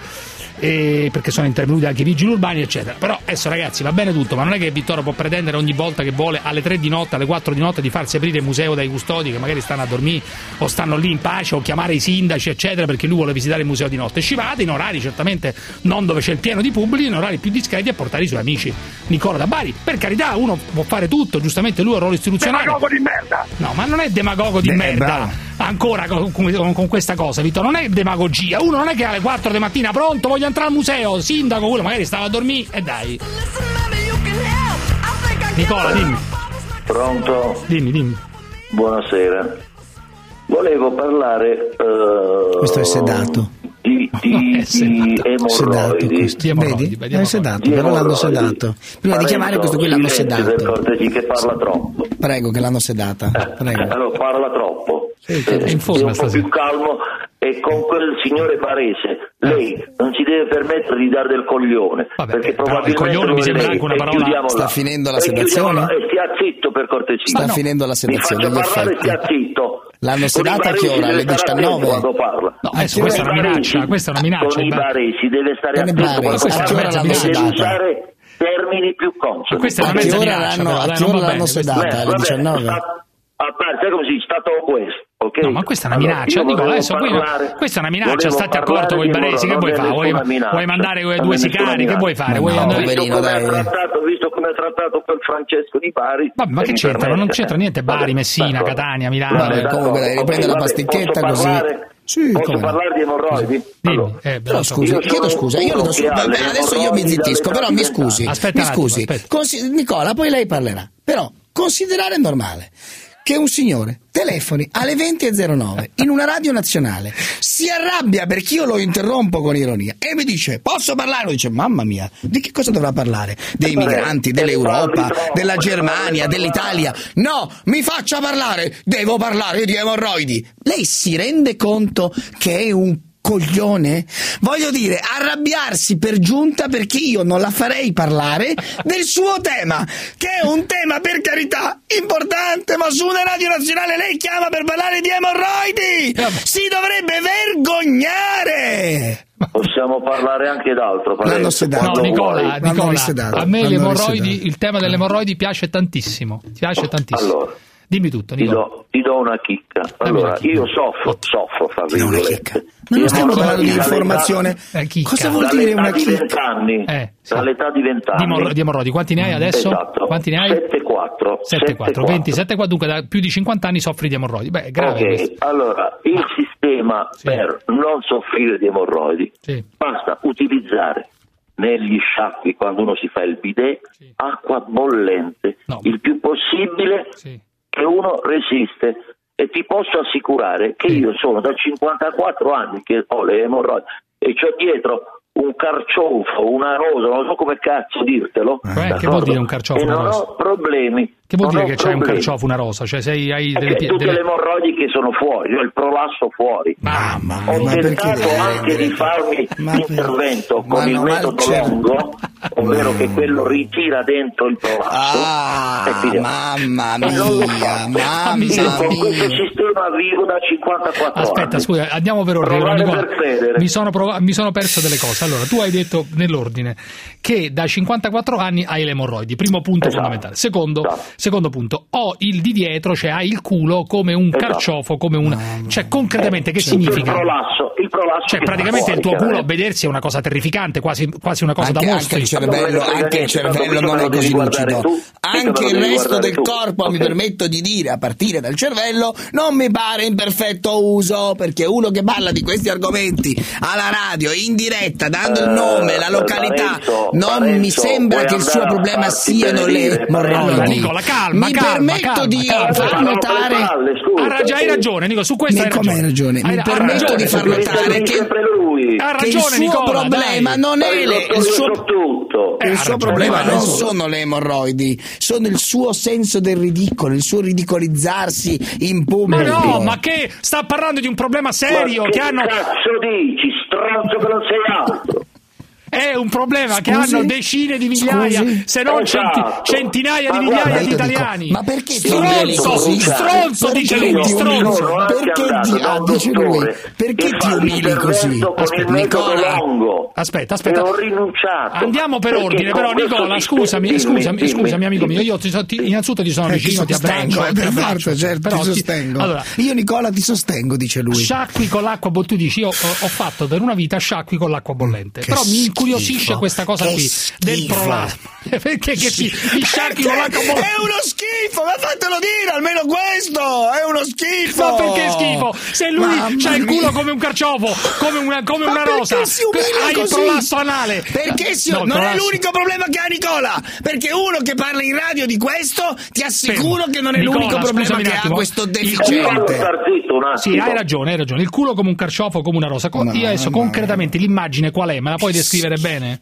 eh, perché sono intervenuti anche i vigili urbani, eccetera. Però adesso ragazzi, va bene tutto, ma non è che Vittorio può pretendere ogni volta che vuole alle tre di notte, alle quattro di notte di farsi aprire il museo dai custodi che magari stanno a dormire o stanno lì in pace, o chiamare i sindaci, eccetera, perché lui vuole visitare il museo di notte. Ci vada in orari certamente non dove c'è il pieno di pubblico, in orari più discreti, a portare i suoi amici. Nicola da Bari, per carità, uno può fare tutto, giustamente lui ha un ruolo istituzionale. Demagogo di merda! merda. No, ma non è demagogo di Beh, merda. bravo. Ancora con, con, con questa cosa, Vittorio, non è demagogia. Uno non è che alle quattro di mattina, pronto, voglio entrare al museo, sindaco, quello magari stava a dormire e dai. Nicola, dimmi. Pronto? Dimmi, dimmi. Buonasera. Volevo parlare uh, Questo è sedato. di, di, è di emorroidi. Sedato questo. Di emorroidi, Vedi? beh, di È emorroidi. sedato, Di però l'hanno emorroidi. sedato. Prima di chiamare questo qui l'hanno Silenzio, per sedato. cortesia, che parla troppo. Prego, che l'hanno sedata. Prego. Allora, parla troppo. Sì, è in Stia forma un po' stasera. più calmo, e con quel signore Parese lei non si deve permettere di dare del coglione. Vabbè, perché però il probabilmente coglione lo mi sembra lei, anche una e parola- chiudiamo Sta là. finendo la E chiudiamo sedazione? là, E stia zitto, per cortesia. Sta finendo la sedazione, Mi gli faccia parlare e effetti. stia zitto. L'hanno Con i sedata a che baresi ora? deve Alle stare attento diciannove? quando parla. No, adesso Con questa è i una minaccia, baresi- questa è una minaccia. Con i beh. baresi deve stare Con i attento baresi, quando questa è parla. una mezza Deve minaccia. usare termini più consoni. Ma questa è A una che mezza ora minaccia, l'hanno, però, a dai, che non ora va l'hanno bene. sedata? Beh, Alle vabbè, diciannove? sta- a parte come si stato questo, ok? No, ma questa è una Allora, minaccia, io Nicola, volevo adesso qui parlare- questa è una minaccia, volevo state parlare accorto con i di baresi, che non vuoi è fare? Vuoi, nessuna minaccia. vuoi mandare quei Non due è nessuna sicari, che vuoi fare? Ma Vuoi no, andare- Visto poverino, come ha dai. trattato, visto come ha trattato quel Francesco di Bari. Vabbè, ma e che mi c'entra? Non permette- c'entra niente Bari, Vabbè, Messina, d'accordo. Catania, Milano. Vabbè, Vabbè, comunque, dai, d'accordo. riprende la Ok, vabbè, pasticchetta posso così. parlare? Sì, Posso come no. parlare di emorroidi? Dimmi, Allora, eh, Però però, scusi, Io chiedo sono scusa, io uno le do che su- ha vabbè, le adesso io mi emorroidi zittisco, dalle però mi età scusi, Aspetta mi un attimo, scusi. aspetta. Consi- Nicola, poi lei parlerà. Però considerare normale che un signore telefoni alle venti e zero nove in una radio nazionale, si arrabbia perché io lo interrompo con ironia e mi dice posso parlare? Lui dice mamma mia, di che cosa dovrà parlare? Dei migranti, dell'Europa, della Germania, dell'Italia? No, mi faccia parlare, devo parlare di emorroidi. Lei si rende conto che è un coglione? Voglio dire, arrabbiarsi per giunta perché io non la farei parlare del suo tema, che è un tema, per carità, importante, ma su una radio nazionale lei chiama per parlare di emorroidi! Si dovrebbe vergognare! Possiamo parlare anche d'altro. L'hanno Parenzo, sedato. No, quando Nicola, vuoi. L'hanno Nicola, risedato, a me l'hanno le emorroidi, risedato. il tema delle emorroidi piace tantissimo. Ti piace tantissimo. Allora, Dimmi tutto, ti Nicola. do, ti do una chicca. Allora, una chicca. io soffro, soffro, fra Ti do una virgolette. chicca. Ma non stiamo parlando di Dall'età- informazione. Eh, chicca. Cosa vuol dire una Dall'età di chicca? vent'anni. Eh, sì. Dall'età di Di, vent'anni. emorro- di emorroidi, quanti ne hai adesso? Esatto. Quanti ne hai? sette quattro. sette quattro, venti, sette quattro, dunque da più di cinquanta anni soffri di emorroidi. Beh, è grave Ok, questo. allora il sistema per non soffrire di emorroidi Sì. basta utilizzare negli sciacqui, quando uno si fa il bidet, acqua bollente il più possibile, che uno resiste. E ti posso assicurare che io sono da cinquantaquattro anni che ho le emorroidi e c'ho dietro un carciofo, una rosa, non so come cazzo dirtelo. Eh, che vuol dire un carciofo, E una non rosa? ho problemi. Che vuol non dire ho che c'hai un problemi. carciofo, una rosa? Cioè sei, hai È delle, che pie- tutte delle- le emorroidi che sono fuori, ho il prolasso fuori. Mamma Ho mia, ma perché tentato deve anche di farmi l'intervento con Ma il no, ma metodo certo. longo, ovvero che quello ritira dentro il prolasso. Ah, e quindi- mamma e non l'ho mia, fatto. mamma Io con mia. questo sistema vivo da cinquantaquattro Aspetta, anni. scusa, andiamo per ordine. Provare Nicola. per credere. Mi sono, prov- mi sono perso delle cose. Allora, tu hai detto nell'ordine che da cinquantaquattro anni hai le emorroidi. Primo punto Esatto. fondamentale. Secondo, Esatto. secondo punto, ho il di dietro, cioè hai il culo come un Esatto. carciofo, come un. Cioè, concretamente, che Il significa? prolasso, il prolasso Cioè, che praticamente fa il tuo fuori, culo a chiaramente. vedersi è una cosa terrificante, quasi, quasi una cosa Anche, da anche mostri. il cervello, anche il cervello non è così lucido. Anche il resto del corpo, mi permetto di dire, a partire dal cervello, non mi pare in perfetto uso, perché uno che parla di questi argomenti alla radio, in diretta, dando il nome, la località, Parenzo, non Parenzo, mi sembra puoi che il suo andare a problema farti siano le benedire, emorroidi. Parenzo. Nicola, calma, Mi calma, permetto calma, di calma. far Ma non notare. per palle, scusa. Ha rag- hai ragione, Nico, su questo Mi- hai come ragione. hai ragione? Mi Hai- ha permetto ragione, di far su questo. notare che, sempre lui. Ha che il ragione, suo Nicola, problema dai. non è le, il suo, tutto. Eh, il ha suo ragione, problema ha non ragione. sono le emorroidi, sono il suo senso del ridicolo, il suo ridicolizzarsi in Ma pubblico. no, ma che sta parlando di un problema serio Ma che che hanno. cazzo dici, stronzo che non sei altro? È un problema che Scusi? hanno decine di migliaia, Scusi? se non centi- Esatto. centinaia Ma di guarda, migliaia io di dico, italiani. ma perché stronzo, così? stronzo, Perché dice ti lui, umili? stronzo. Sono anche Perché andato di- da ah, un dice lui, dottore perché che ti fa umili l'intervento così? con Aspetta, il metodo Nicola. longo. Aspetta, aspetta. E ho rinunciato. Andiamo per Perché ordine, con però questo Nicola, sistema- scusami, dimmi, scusami, dimmi, scusami amico mio, dimmi. io ti so- ti- innanzitutto ti sono Eh, vicino, ti sostengo, abbraccio, eh, ti per abbraccio, forza, certo, però ti ti- sostengo. Allora, Io Nicola ti sostengo, dice lui. sciacqui con l'acqua bollente, tu dici io ho, ho fatto per una vita sciacqui con l'acqua bollente, però mi incuriosisce incuriosisce questa cosa che qui schifo. del prolapso. Perché che si gli sciacchi non la combo- È uno schifo, ma fatelo dire almeno questo! È uno schifo! Ma perché schifo? Se lui c'ha il culo come un carciofo, come una, come una rosa, ha il prolasso anale. Perché si... No, non prolasso. è l'unico problema che ha Nicola, perché uno che parla in radio di questo ti assicuro che non è Nicola, l'unico problema scusami un che attimo. ha questo Il deficiente. culo- Sì, hai ragione, hai ragione. Il culo come un carciofo, come una rosa. Co- Io adesso concretamente l'immagine qual è? Me la puoi descrivere bene?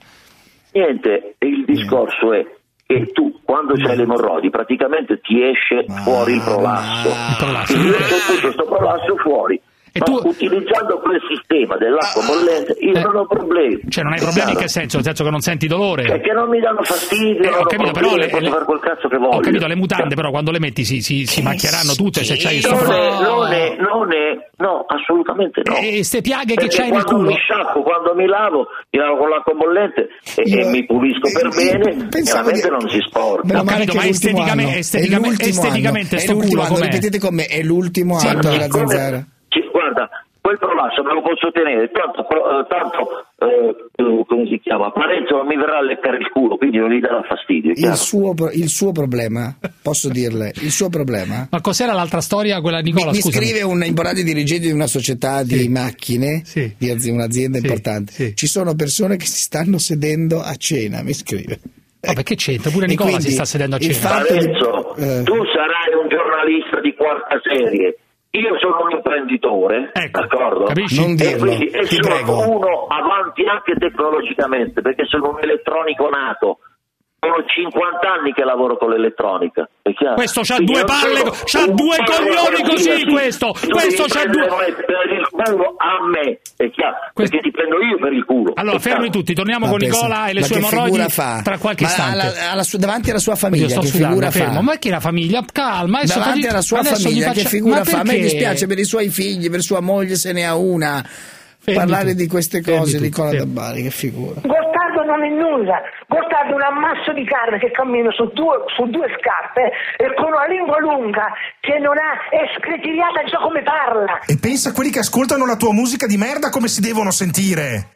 Niente, il discorso è che tu quando c'hai le emorroidi praticamente ti esce fuori il prolasso. Quindi io ho questo prolasso fuori. Ma utilizzando quel sistema dell'acqua bollente io Eh. non ho problemi. Cioè non hai problemi in che senso? Nel senso che non senti dolore? Perché non mi danno fastidio, Eh, non ho ho capito, però problemi, le- posso le- fare quel cazzo che voglio. Ho capito, le mutande però quando le metti si, si, si macchieranno tutte se c'hai sto non, pro- è, non è, non è, no, assolutamente no. E ste piaghe che Perché c'hai nel quando culo? mi sciacquo, quando mi lavo, mi lavo con l'acqua bollente e, e mi pulisco per bene, chiaramente non si sporca. Ho capito, ma esteticamente, esteticamente, esteticamente sto culo com'è? Ripetete con me, è l'ultimo Sì, anno ma della come- zanzara. ci- guarda, quel prolasso me lo posso tenere, tanto, eh, tanto eh, come si chiama? Parenzo non mi verrà a leccare il culo, quindi non gli darà fastidio. è Il chiaro? suo, pro- il suo problema, posso dirle, il suo problema. Ma cos'era l'altra storia, quella di Nicola? Mi, mi Scusami. scrive un importante dirigente di una società di macchine, di azi- un'azienda importante. Ci sono persone che si stanno sedendo a cena, mi scrive. Ma perché c'entra? Pure E Nicola quindi si sta sedendo a il cena. fatto di- Parenzo, eh. tu sarai un giornalista di quarta serie. Io sono un imprenditore, d'accordo? capisci? Non e dirlo, quindi e ti sono prego. uno avanti anche tecnologicamente, perché sono un elettronico nato. Sono cinquanta anni che lavoro con l'elettronica. È chiaro? Questo c'ha Quindi due non palle, sono c'ha un due coglioni così, qualsiasi. questo, Tu questo devi c'ha due- prendere per il culo a me, è chiaro? Perché ti prendo io per il culo. Allora, è chiaro? fermi tutti, torniamo Ma con pensa, Nicola e le ma sue che emorroidi figura fa? tra qualche Ma istante. alla- alla sua- davanti alla sua famiglia, Io sto che sudando, figura fermo. fa? Ma che la famiglia? Calma, adesso Davanti fagli- alla sua adesso gli famiglia, faccia- che figura Ma fa? A me perché? dispiace per i suoi figli, per sua moglie, se ne ha una. Parlare tu. di queste Fermi cose, tu, Nicola fermi. Dabbari, che figura. Gottardo non è nulla, Gottardo è un ammasso di carne che cammina su due, su due scarpe e con una lingua lunga che non ha, è scriteriata già come parla. E pensa a quelli che ascoltano la tua musica di merda come si devono sentire.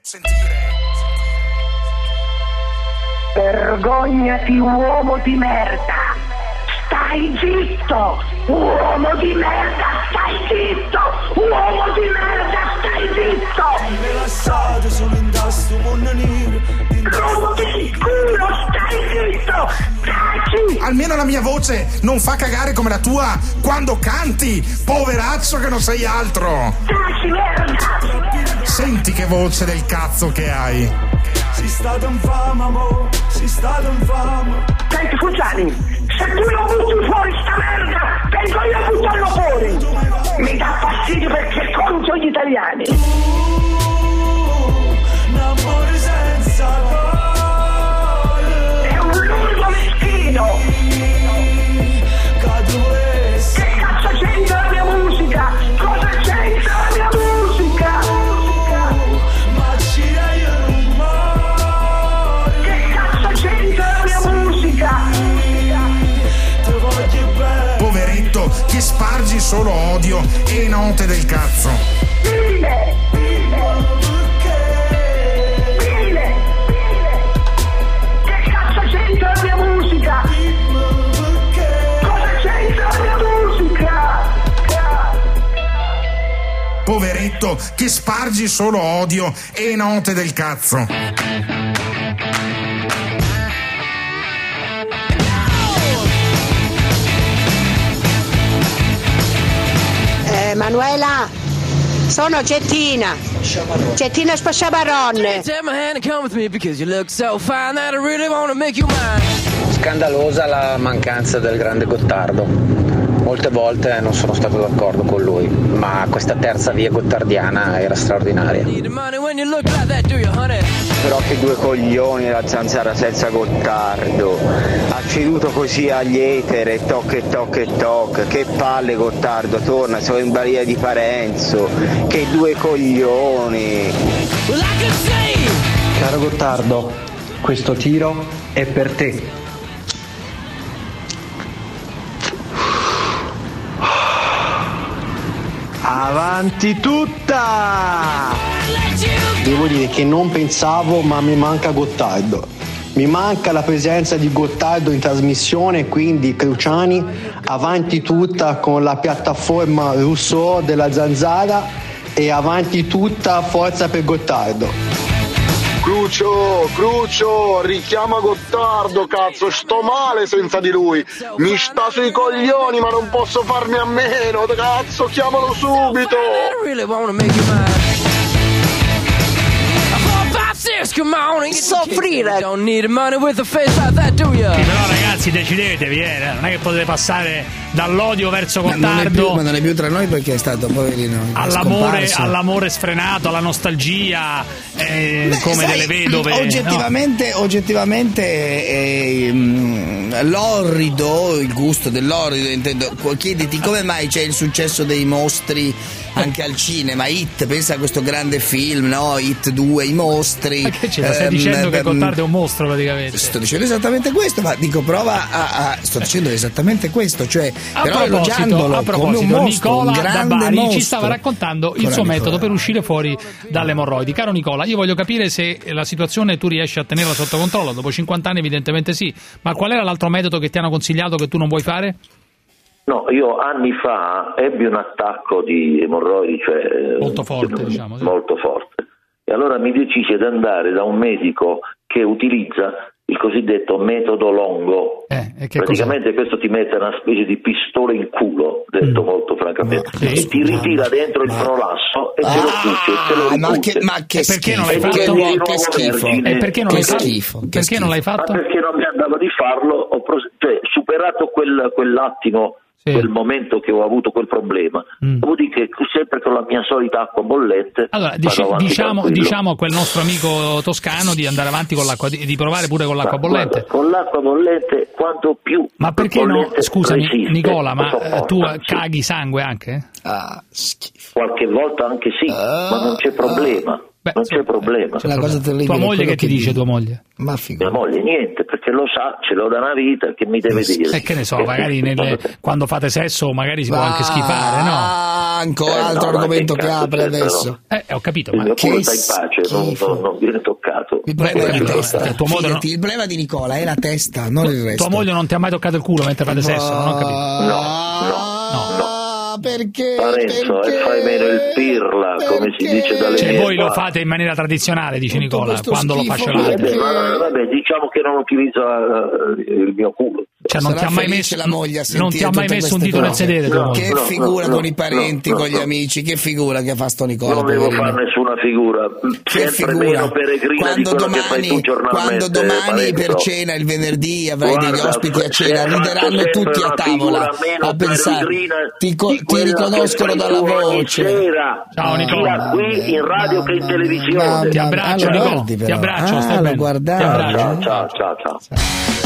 Vergognati, uomo di merda! Stai zitto! Uomo di merda, stai zitto! Uomo di merda, stai zitto! Rilassato sull'intasto con nero. Rotti il culo, stai zitto! Taci! Almeno la mia voce non fa cagare come la tua quando canti, poveraccio che non sei altro. Taci, merda! Senti che voce del cazzo che hai. Si stato in fama, mo, si stato in fama. Senti, Fuciani, se tu non butti fuori sta merda, vengo io a buttarlo fuori! Mi dà fastidio perché è contro gli italiani! Un amore senza parole. È un lungo meschino! Che cazzo c'entra la mia musica? Cosa c'entra la mia musica? Ma ci hai un mare. Che cazzo c'entra la mia musica? Ti voglio bene. Poveretto, che spargi solo odio e note del cazzo. Dile! Dile! Che cazzo c'entra la mia musica? Cosa c'entra la mia musica? Poveretto, che spargi solo odio e note del cazzo. Eh, Manuela, sono Cettina. Cettina Spasciabaronne. Take my hand and come with me because you look so fine that I really want to make you mine. Scandalosa la mancanza del grande Gottardo. Molte volte non sono stato d'accordo con lui, ma questa terza via gottardiana era straordinaria. Need the money when you look like that, do you, honey? Però che due coglioni la zanzara senza Gottardo. Ha ceduto così agli hater e toc e toc e toc. Che palle Gottardo, torna, siamo in balia di Parenzo. Che due coglioni. Caro Gottardo, questo tiro è per te. Avanti tutta! You devo dire che non pensavo, ma mi manca Gottardo. Mi manca la presenza di Gottardo in trasmissione, quindi Cruciani avanti tutta con la piattaforma Rousseau della Zanzara e avanti tutta forza per Gottardo. Crucio, Crucio, richiama Gottardo, cazzo, sto male senza di lui, mi sta sui coglioni ma non posso farne a meno, cazzo, chiamalo subito! Soffrire. Sì, però ragazzi decidetevi, eh. Non è che potete passare dall'odio verso Gottardo, ma non è più, ma non è più tra noi perché è stato poverino all'amore, all'amore sfrenato, alla nostalgia, eh, Beh, come sai, delle vedove. Oggettivamente, no? oggettivamente eh, mh, l'orrido, il gusto dell'orrido, intendo. Chiediti come mai c'è il successo dei mostri anche al cinema. Hit, pensa a questo grande film, no? Hit due, i mostri. Ma che c'è? Stai um, dicendo um, che Gottardo è un mostro praticamente? Sto dicendo esattamente questo, ma dico prova a, a sto dicendo esattamente questo, cioè a però proposito, a proposito mostro, Nicola da Bari mostro. ci stava raccontando il suo Nicola. metodo per uscire fuori dalle emorroidi. Caro Nicola, io voglio capire se la situazione tu riesci a tenerla sotto controllo. Dopo cinquanta anni evidentemente sì, ma qual era l'altro metodo che ti hanno consigliato che tu non vuoi fare? No, io anni fa ebbi un attacco di emorroidi, cioè molto forte, eh, diciamo, sì. molto forte. E allora mi decisi ad andare da un medico che utilizza il cosiddetto metodo Longo. Eh, e che Praticamente cos'è? questo ti mette una specie di pistola in culo, detto mm. molto francamente, ma, e ti ritira dentro il prolasso e te lo cuce, e te lo ricuce. Ma che, ma che perché schifo, non l'hai fatto? Che, che schifo. E perché non che l'hai fatto? schifo, che perché schifo. non l'hai fatto? Ma perché non mi andava di farlo, ho pros- cioè, superato quel, quell'attimo, sì. quel momento che ho avuto quel problema, mm. dopodiché sempre con la mia solita acqua bollente. Allora dici, diciamo, diciamo a quel nostro amico toscano di andare avanti con l'acqua, di, di provare pure con l'acqua ma, bollente. Guarda, con l'acqua bollente quanto più. Ma perché no? Scusami resiste, Nicola, ma sopporta, tu sì. caghi sangue anche? Ah, schifo. Qualche volta anche sì, uh, ma non c'è problema. Beh, non c'è problema. C'è una cosa terribile. Tua moglie che, che ti dice, dice tua moglie? Ma mia moglie niente, perché lo sa, ce l'ho da una vita, che mi deve dire. E che ne so, magari nelle, quando fate sesso magari si può anche schifare, no? Ancora Eh, altro no, argomento che che cazzo apre c'è, adesso. però. Eh, ho capito, Il ma mio che culo sta in pace, non, non, non viene toccato. Il problema, Beh, è la capito, testa. eh, tua moglie Fidati, non- il problema di Nicola è la testa, non il resto. tua moglie non ti ha mai toccato il culo mentre fate sesso, non ho capito. No, no, no, no. Perché? Parenzo, perché, e fai meno il pirla, come si dice dalle Cioè mie voi lo parti. fate in maniera tradizionale, dice Tutto Nicola, questo quando schifo, lo facevate. perché- Vabbè, ma, vabbè, diciamo che non utilizza eh, il mio culo. Cioè non Sarà ti ha mai felice messo la moglie a non ti sentire ha mai tutte messo un queste dito nel cose. sedere tua No, moglie. Che no, figura no, con i parenti, no, con gli no. amici, che figura che fa sto Nicola, Non devo poverino. fare nessuna figura, Che sempre figura. meno peregrina Quando di quello che fai tu domani, giornalmente. quando domani per Parenzo. cena il venerdì avrai Guarda, degli ospiti a se cena, faccio rideranno sempre tutti a una tavola figura meno a pensare, peregrina ti, co- di ti quella riconoscono che fai dalla tu ogni voce. sera, Ciao, Nicola. sia qui in radio che in televisione. Ti abbraccio, Ah, lo Nicola. guardi, Ti però. abbraccio, Ah, stai lo bene. guardavi. Ti abbraccio. Ciao, ciao, ciao, ciao.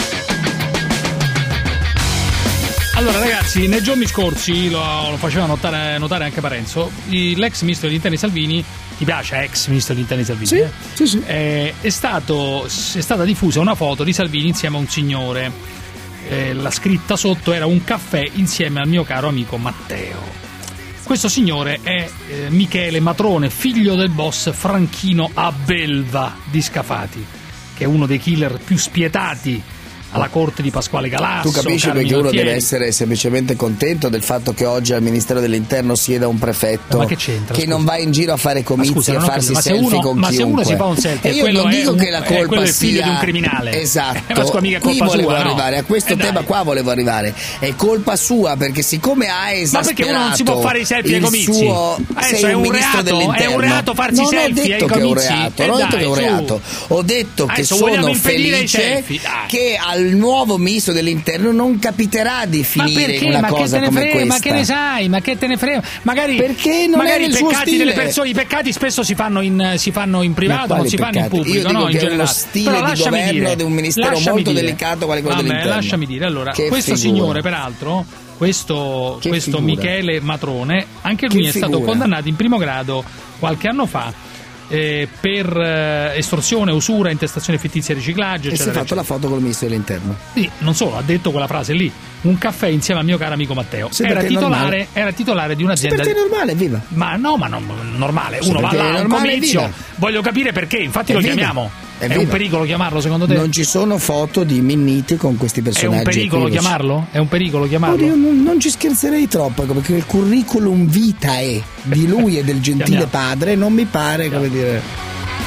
Allora ragazzi, nei giorni scorsi lo, lo faceva notare, notare anche Parenzo, il- l'ex ministro degli interni Salvini, ti piace ex ministro degli interni Salvini? Sì, eh? sì, sì. Eh, è, stato, è stata diffusa una foto di Salvini insieme a un signore, eh, la scritta sotto era un caffè insieme al mio caro amico Matteo. Questo signore è eh, Michele Matrone, figlio del boss Franchino a Belva di Scafati, che è uno dei killer più spietati alla corte di Pasquale Galasso. Tu capisci Carmine perché uno Altieri. deve essere semplicemente contento del fatto che oggi al Ministero dell'Interno sieda un prefetto Ma che c'entra, che scusa? non va in giro a fare comizi, Ma scusa, a non ho farsi capito, ma se selfie uno- con ma se chiunque. uno si fa un selfie e e io quello non è dico un- che la eh, colpa quello è il figlio sia di un criminale. esatto. Eh, ma scusa, mica è Qui colpa volevo sua, no? arrivare a questo Eh, tema dai. qua volevo arrivare è colpa sua perché siccome ha esasperato Ma perché uno non si può fare i selfie ai il comizi? suo Adesso sei è un un ministro reato, dell'Interno. è un reato farsi non selfie ho detto ai che è un comizi. reato Eh, non ho detto dai, che è un su. reato ho detto che Adesso vogliamo sono impedire i felice selfie, dai. che al nuovo ministro dell'Interno non capiterà di Ma finire perché? in una Ma che cosa te ne come frega? questa Ma che ne sai? Ma che te ne frega? Magari, Perché non magari è i nel suo peccati stile. delle persone, i peccati spesso si fanno in, si fanno in privato, non quali si fanno in peccati? pubblico, Io dico no? che In è uno generale. stile Però di lasciami governo dire, di un ministero lasciami molto dire. delicato quale quello Vabbè, dell'Interno. lasciami dire. Allora, Che questo figura. signore, peraltro, questo, Che questo figura. Michele Matrone, anche lui Che è stato figura. condannato in primo grado qualche anno fa eh, per eh, estorsione, usura, intestazione fittizia e riciclaggio, e si è fatto eccetera. la foto col ministro dell'interno. Sì, non solo, ha detto quella frase lì. Un caffè insieme al mio caro amico Matteo. Sì, Era perché è titolare, normale. era titolare di un'azienda. Sì, perché è normale, viva. Ma no, ma non normale. Sì, Uno va perché là è a un normale, comizio. viva. Voglio capire perché, infatti lo Evviva. chiamiamo. È, Evviva. un pericolo chiamarlo secondo te? Non ci sono foto di Minniti con questi È personaggi. un pericolo equivoci. chiamarlo? È un pericolo chiamarlo? Oddio, non, non ci scherzerei troppo, ecco, perché il curriculum vitae di lui e del gentile Chiamiamo. padre non mi pare, come dire.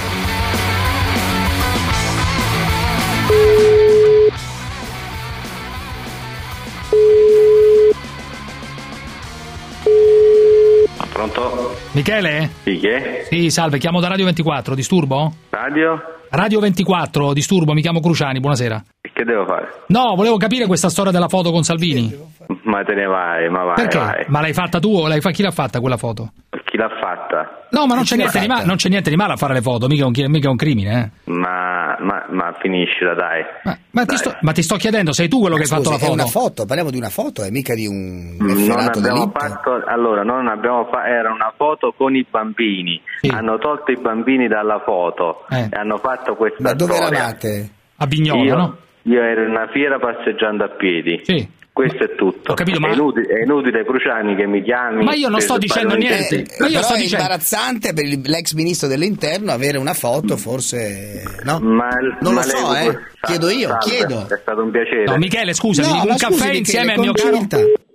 Pronto? Michele? Sì, chi è? Sì, salve, chiamo da Radio ventiquattro, disturbo? Radio? Radio ventiquattro, disturbo, mi chiamo Cruciani, buonasera. E che devo fare? No, volevo capire questa storia della foto con Salvini. Ma te ne vai, ma vai, Perché? vai. Ma l'hai fatta tu o l'hai fa- chi l'ha fatta quella foto? Chi l'ha fatta? No, ma non Chi c'è, l'ha niente di fatta? male, non c'è niente di male a fare le foto, mica è un, chi- mica è un crimine, eh. Ma, ma, ma finiscila, dai. Ma, ma ti sto, ma ti sto chiedendo, sei tu quello che hai Scusi, fatto la è foto? una foto, parliamo di una foto, è mica di un Non efferato abbiamo delitto. fatto, allora, non abbiamo fa- era una foto con i bambini. Hanno tolto i bambini dalla foto Eh. e hanno fatto questa Ma dove storia. eravate? A Vignola, io, no? Io ero in una fiera passeggiando a piedi. Sì. Questo è tutto. Ho capito, ma- È inutile, è inutile Cruciani che mi chiami. Ma io non per sto fare dicendo un niente. intervento. Ma io Però sto è dicendo- imbarazzante per il- l'ex ministro dell'interno avere una foto, forse no? Ma, Non ma lo so, lei- eh. Chiedo io, Salve, chiedo. È stato un piacere. No, Michele, scusami, No, un ma caffè scusi, Michele, insieme al con mio caro... civiltà.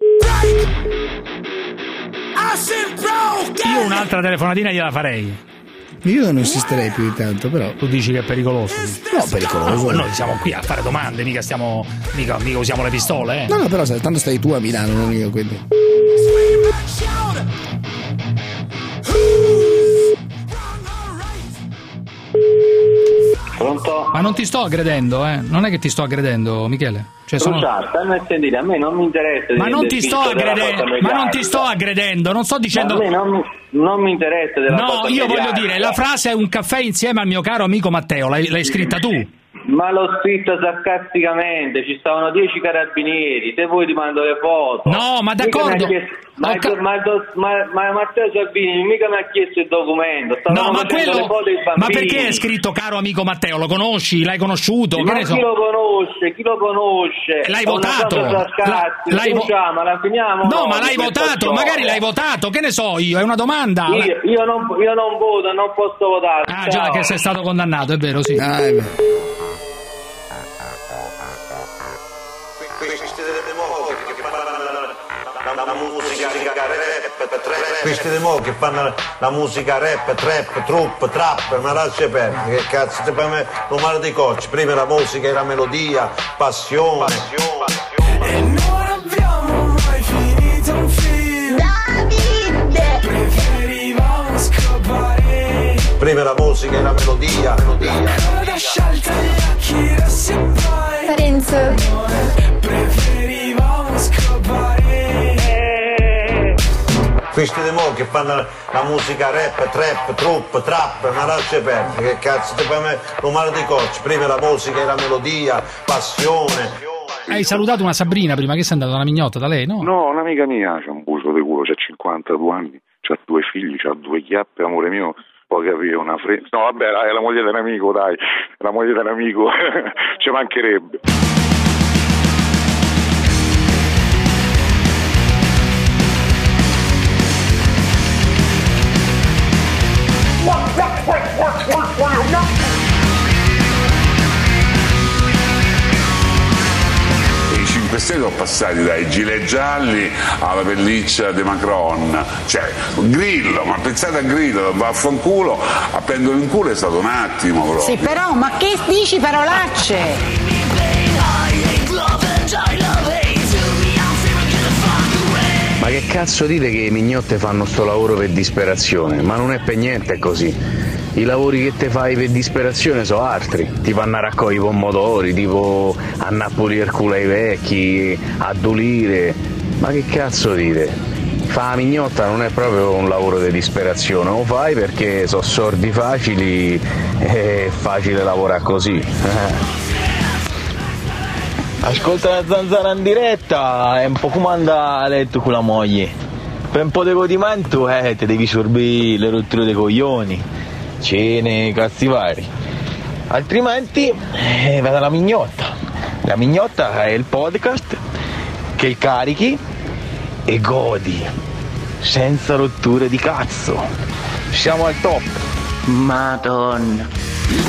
Io un'altra telefonatina gliela farei. Io non insisterei più di tanto, però. Tu dici che è pericoloso? No, pericoloso. No, noi siamo qui a fare domande, mica stiamo. mica, mica usiamo le pistole, eh. No, no, però sai, tanto stai tu a Milano, non io, quindi. Pronto? Ma non ti sto aggredendo, eh. Non è che ti sto aggredendo, Michele. Cioè, sono... Cruciani, stammi a sentire, a me non mi interessa. Ma del- non del ti sto filtro della aggredendo, foto ma non ti mediatica. sto aggredendo, non sto dicendo. Ma a me non, mi- non mi interessa della No, foto io voglio mediatica. dire, la frase è un caffè insieme al mio caro amico Matteo, l'hai, l'hai scritta tu. Ma l'ho scritto sarcasticamente, ci stavano dieci carabinieri, se vuoi ti mando le foto. No, ma d'accordo. Mica mi ha chiesto- Ma, Ho ca- ma, ma, ma Matteo Salvini mica mi ha chiesto il documento, stavano No, ma facendo quello. le foto dei bambini. Ma perché è scritto caro amico Matteo? Lo conosci? L'hai conosciuto? Ma Che ne so? chi lo conosce? Chi lo conosce? L'hai È una votato? cosa sarcastica. La- l'hai vo- Diciamo, la finiamo? No, ma di l'hai questa votato, storia? magari l'hai votato, che ne so io, è una domanda. Io, io, non, io non voto, non posso votare. Ah già, ciao. che sei stato condannato, è vero, sì. Ah, è vero. La musica rap, trap. Questi di mo' che fanno la musica rap, trap, trup, trap, ma lascia perdere, che cazzo ti fai me- lo male dei cocci, prima la musica e la melodia, passione. E non abbiamo mai finito un film. Davide! Preferivamo scappare. Prima la musica e la melodia, melodia. Coda sciolta gli occhi rossi e poi Parenzo. Preferivamo scappare. Questi di mo' che fanno la musica rap, trap, trup, trap, ma lascia perdere, che cazzo ti fai me- lo male dei cocci, prima la musica e la melodia, passione. Hai salutato una Sabrina prima, che sei andata una mignotta da lei, no? No, un'amica mia c'ha un buso di culo, c'ha cinquantadue anni, c'ha due figli, c'ha due chiappe, amore mio, puoi capire una fre... No, vabbè, è la moglie dell'amico, dai, è la moglie dell'amico, ci mancherebbe. I cinque Stelle sono passati dai gilet gialli alla pelliccia di Macron, cioè Grillo, ma pensate a Grillo, va a fanculo, a prendere in culo è stato un attimo proprio. Sì, però, ma che dici parolacce? Ma che cazzo dite che i mignotte fanno sto lavoro per disperazione? Ma non è per niente così. I lavori che te fai per disperazione sono altri, tipo a raccogliere i pomodori, tipo a pulire il culo ai vecchi, a dulire. Ma che cazzo dite? Fa la mignotta non è proprio un lavoro di disperazione, lo fai perché sono sordi facili e è facile lavorare così. Ascolta la zanzara in diretta, è un po' come andare a letto con la moglie. Per un po' di godimento, eh, ti devi sorbire le rotture dei coglioni. cene, cazzi vari. Altrimenti eh, vado alla mignotta. La mignotta è il podcast che carichi e godi senza rotture di cazzo. Siamo al top. Madonna.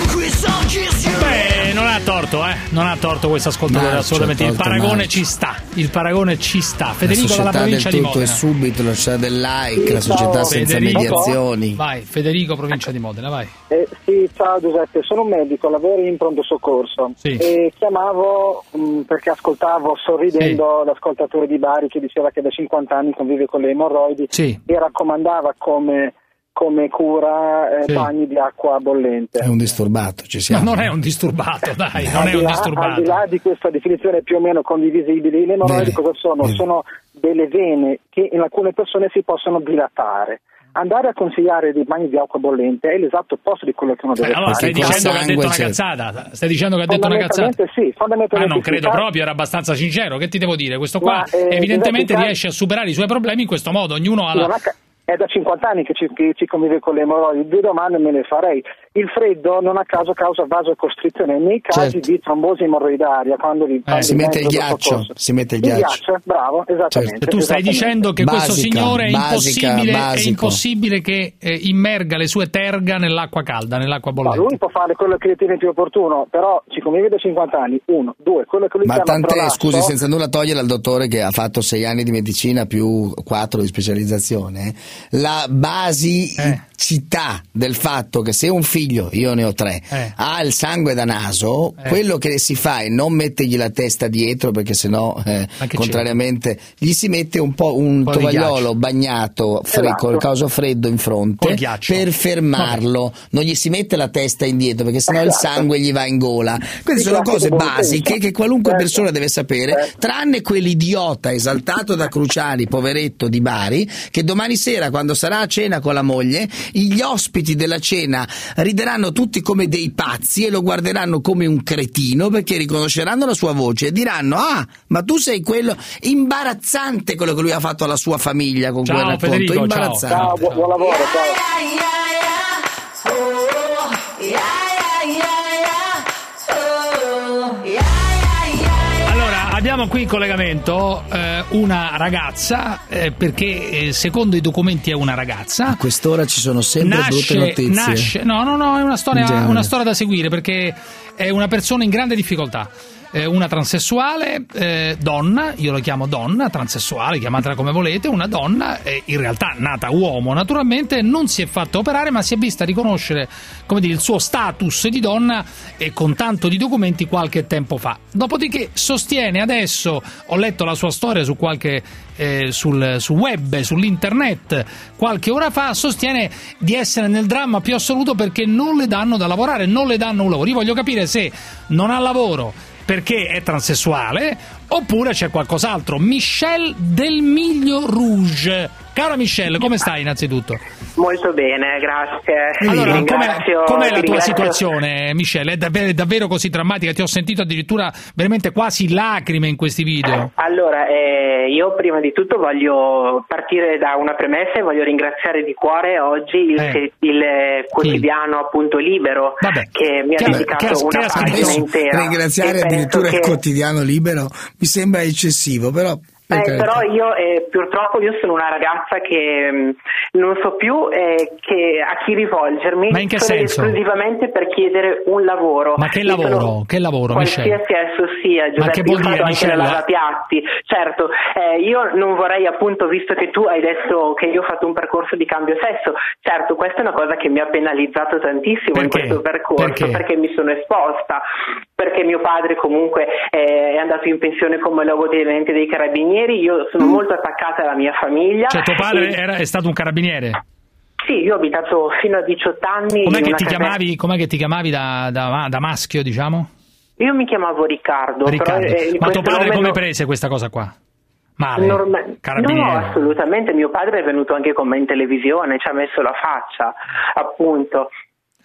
Beh, non ha torto, eh. Non ha torto questo ascoltatore, Marcio, assolutamente. Il torto paragone Marcio. ci sta. Il paragone ci sta. Federico la dalla società provincia del di tutto Modena. è subito, la società del like, la società senza Federico. mediazioni. Vai, Federico, provincia di Modena, vai. Eh, sì, ciao Giuseppe, sono un medico, lavoro in pronto soccorso Sì. e chiamavo mh, perché ascoltavo sorridendo l'ascoltatore di Bari che diceva che da cinquanta anni convive con le emorroidi Sì. e raccomandava come, come cura eh, Sì. bagni di acqua bollente. È un disturbato, ci Ma siamo. non è un disturbato, dai, non Al è di un là- disturbato. Al di là di questa definizione più o meno condivisibile, le emorroidi Bene, cosa sono? bene. Sono delle vene che in alcune persone si possono dilatare. Andare a consigliare dei bagni di acqua bollente è l'esatto opposto di quello che uno deve Eh, allora fare. stai dicendo che ha detto una cazzata. Stai dicendo che ha detto una cazzata. Fondamentalmente sì, Ma fondamentalmente non sì. credo proprio, era abbastanza sincero. Che ti devo dire? Questo qua Ma, eh, evidentemente Giuseppe, riesce a superare i suoi problemi in questo modo. Ognuno ha Non la... ha ca- È da cinquanta anni che ci, che ci convive con le emorroidi, due domande me le farei. Il freddo non a caso causa vasocostrizione nei casi Certo. di trombosi emorroidaria, quando li quando si il mette il mezzo ghiaccio, soccorso. si mette il Il ghiaccio. ghiaccio, bravo, esattamente. Tu stai esattamente. dicendo che questo Basica, signore è basica, impossibile, è basico. impossibile che eh, immerga le sue terga nell'acqua calda, nell'acqua No, bollente. lui può fare quello che ritiene più opportuno, però ci convive da cinquanta anni, uno, due, quello che lui Ma chiama tant'è, prolasso- scusi, senza nulla togliere al dottore che ha fatto sei anni di medicina più quattro di specializzazione, la basicità del fatto che se un figlio, io ne ho tre, Eh. ha il sangue da naso, Eh. quello che si fa è non mettergli la testa dietro, perché sennò, eh, Ma che contrariamente, gli si mette un po' un, Un po' di tovagliolo ghiaccio. bagnato fre- Esatto. col coso freddo in fronte Col ghiaccio. per fermarlo, non gli si mette la testa indietro perché sennò il Esatto. sangue gli va in gola. Queste Sì, sono classico cose buon basiche senso. che qualunque Certo. persona deve sapere, Certo. tranne quell'idiota esaltato da Cruciani, poveretto di Bari, che domani sera, quando sarà a cena con la moglie, gli ospiti della cena rideranno tutti come dei pazzi e lo guarderanno come un cretino, perché riconosceranno la sua voce e diranno: ah, ma tu sei quello. Imbarazzante quello che lui ha fatto alla sua famiglia con Ciao, quel racconto. Federico, ciao. Imbarazzante. Ciao, bu- buon lavoro, ciao. Allora, abbiamo qui in collegamento eh, una ragazza, eh, perché eh, secondo i documenti è una ragazza. A quest'ora ci sono sempre brutte notizie. nasce, no, no, no, è una In storia, genere. una storia da seguire, perché è una persona in grande difficoltà. Eh, una transessuale, eh, donna, io lo chiamo donna, transessuale, chiamatela come volete, una donna, eh, in realtà nata uomo naturalmente, non si è fatta operare ma si è vista riconoscere, come dire, il suo status di donna e con tanto di documenti qualche tempo fa. Dopodiché sostiene adesso, ho letto la sua storia su qualche eh, sul, sul web, sull'internet qualche ora fa, sostiene di essere nel dramma più assoluto perché non le danno da lavorare, non le danno un lavoro. Io voglio capire se non ha lavoro perché è transessuale oppure c'è qualcos'altro. Michelle del Miglio Rouge. Cara Michelle, come stai innanzitutto? Molto bene, grazie. Allora, Ti com'è, ringrazio- com'è ti la tua ringrazio. situazione, Michelle? È davvero, è davvero così drammatica? Ti ho sentito addirittura veramente quasi lacrime in questi video. Allora, eh, io prima di tutto voglio partire da una premessa e voglio ringraziare di cuore oggi il, Eh. il quotidiano appunto Libero Vabbè. che mi ha Che ha- dedicato che ha- una che ha pagina scritto- intera. Ringraziare E penso addirittura il che- quotidiano Libero mi sembra eccessivo, però. per Eh, carità. però io eh, purtroppo io sono una ragazza che mh, non so più eh, che, a chi rivolgermi. Ma in che solo senso? esclusivamente per chiedere un lavoro. Ma che Io lavoro? sono- Che lavoro, Michelle? Qualsiasi esso sia, Ma che Giuseppe, vuol io dire, vado anche Michelle? nella lavapiatti. Certo, eh, io non vorrei appunto, visto che tu hai detto che io ho fatto un percorso di cambio sesso, certo questa è una cosa che mi ha penalizzato tantissimo in Perché? questo percorso, Perché? mi sono esposta, perché mio padre comunque eh, è andato in pensione come luogotenente dei carabinieri, io sono molto attaccata alla mia famiglia. Cioè tuo padre e- era, è stato un carabiniere? Sì, io ho abitato fino a diciotto anni. Com'è in che una ti casa- chiamavi, com'è che ti chiamavi da, da, da maschio, diciamo? Io mi chiamavo Riccardo. Riccardo. Però, eh, in Ma tuo questo padre nome come non- prese questa cosa qua? Male? Norma- Carabiniere? No, assolutamente. Mio padre è venuto anche con me in televisione, ci ha messo la faccia, appunto.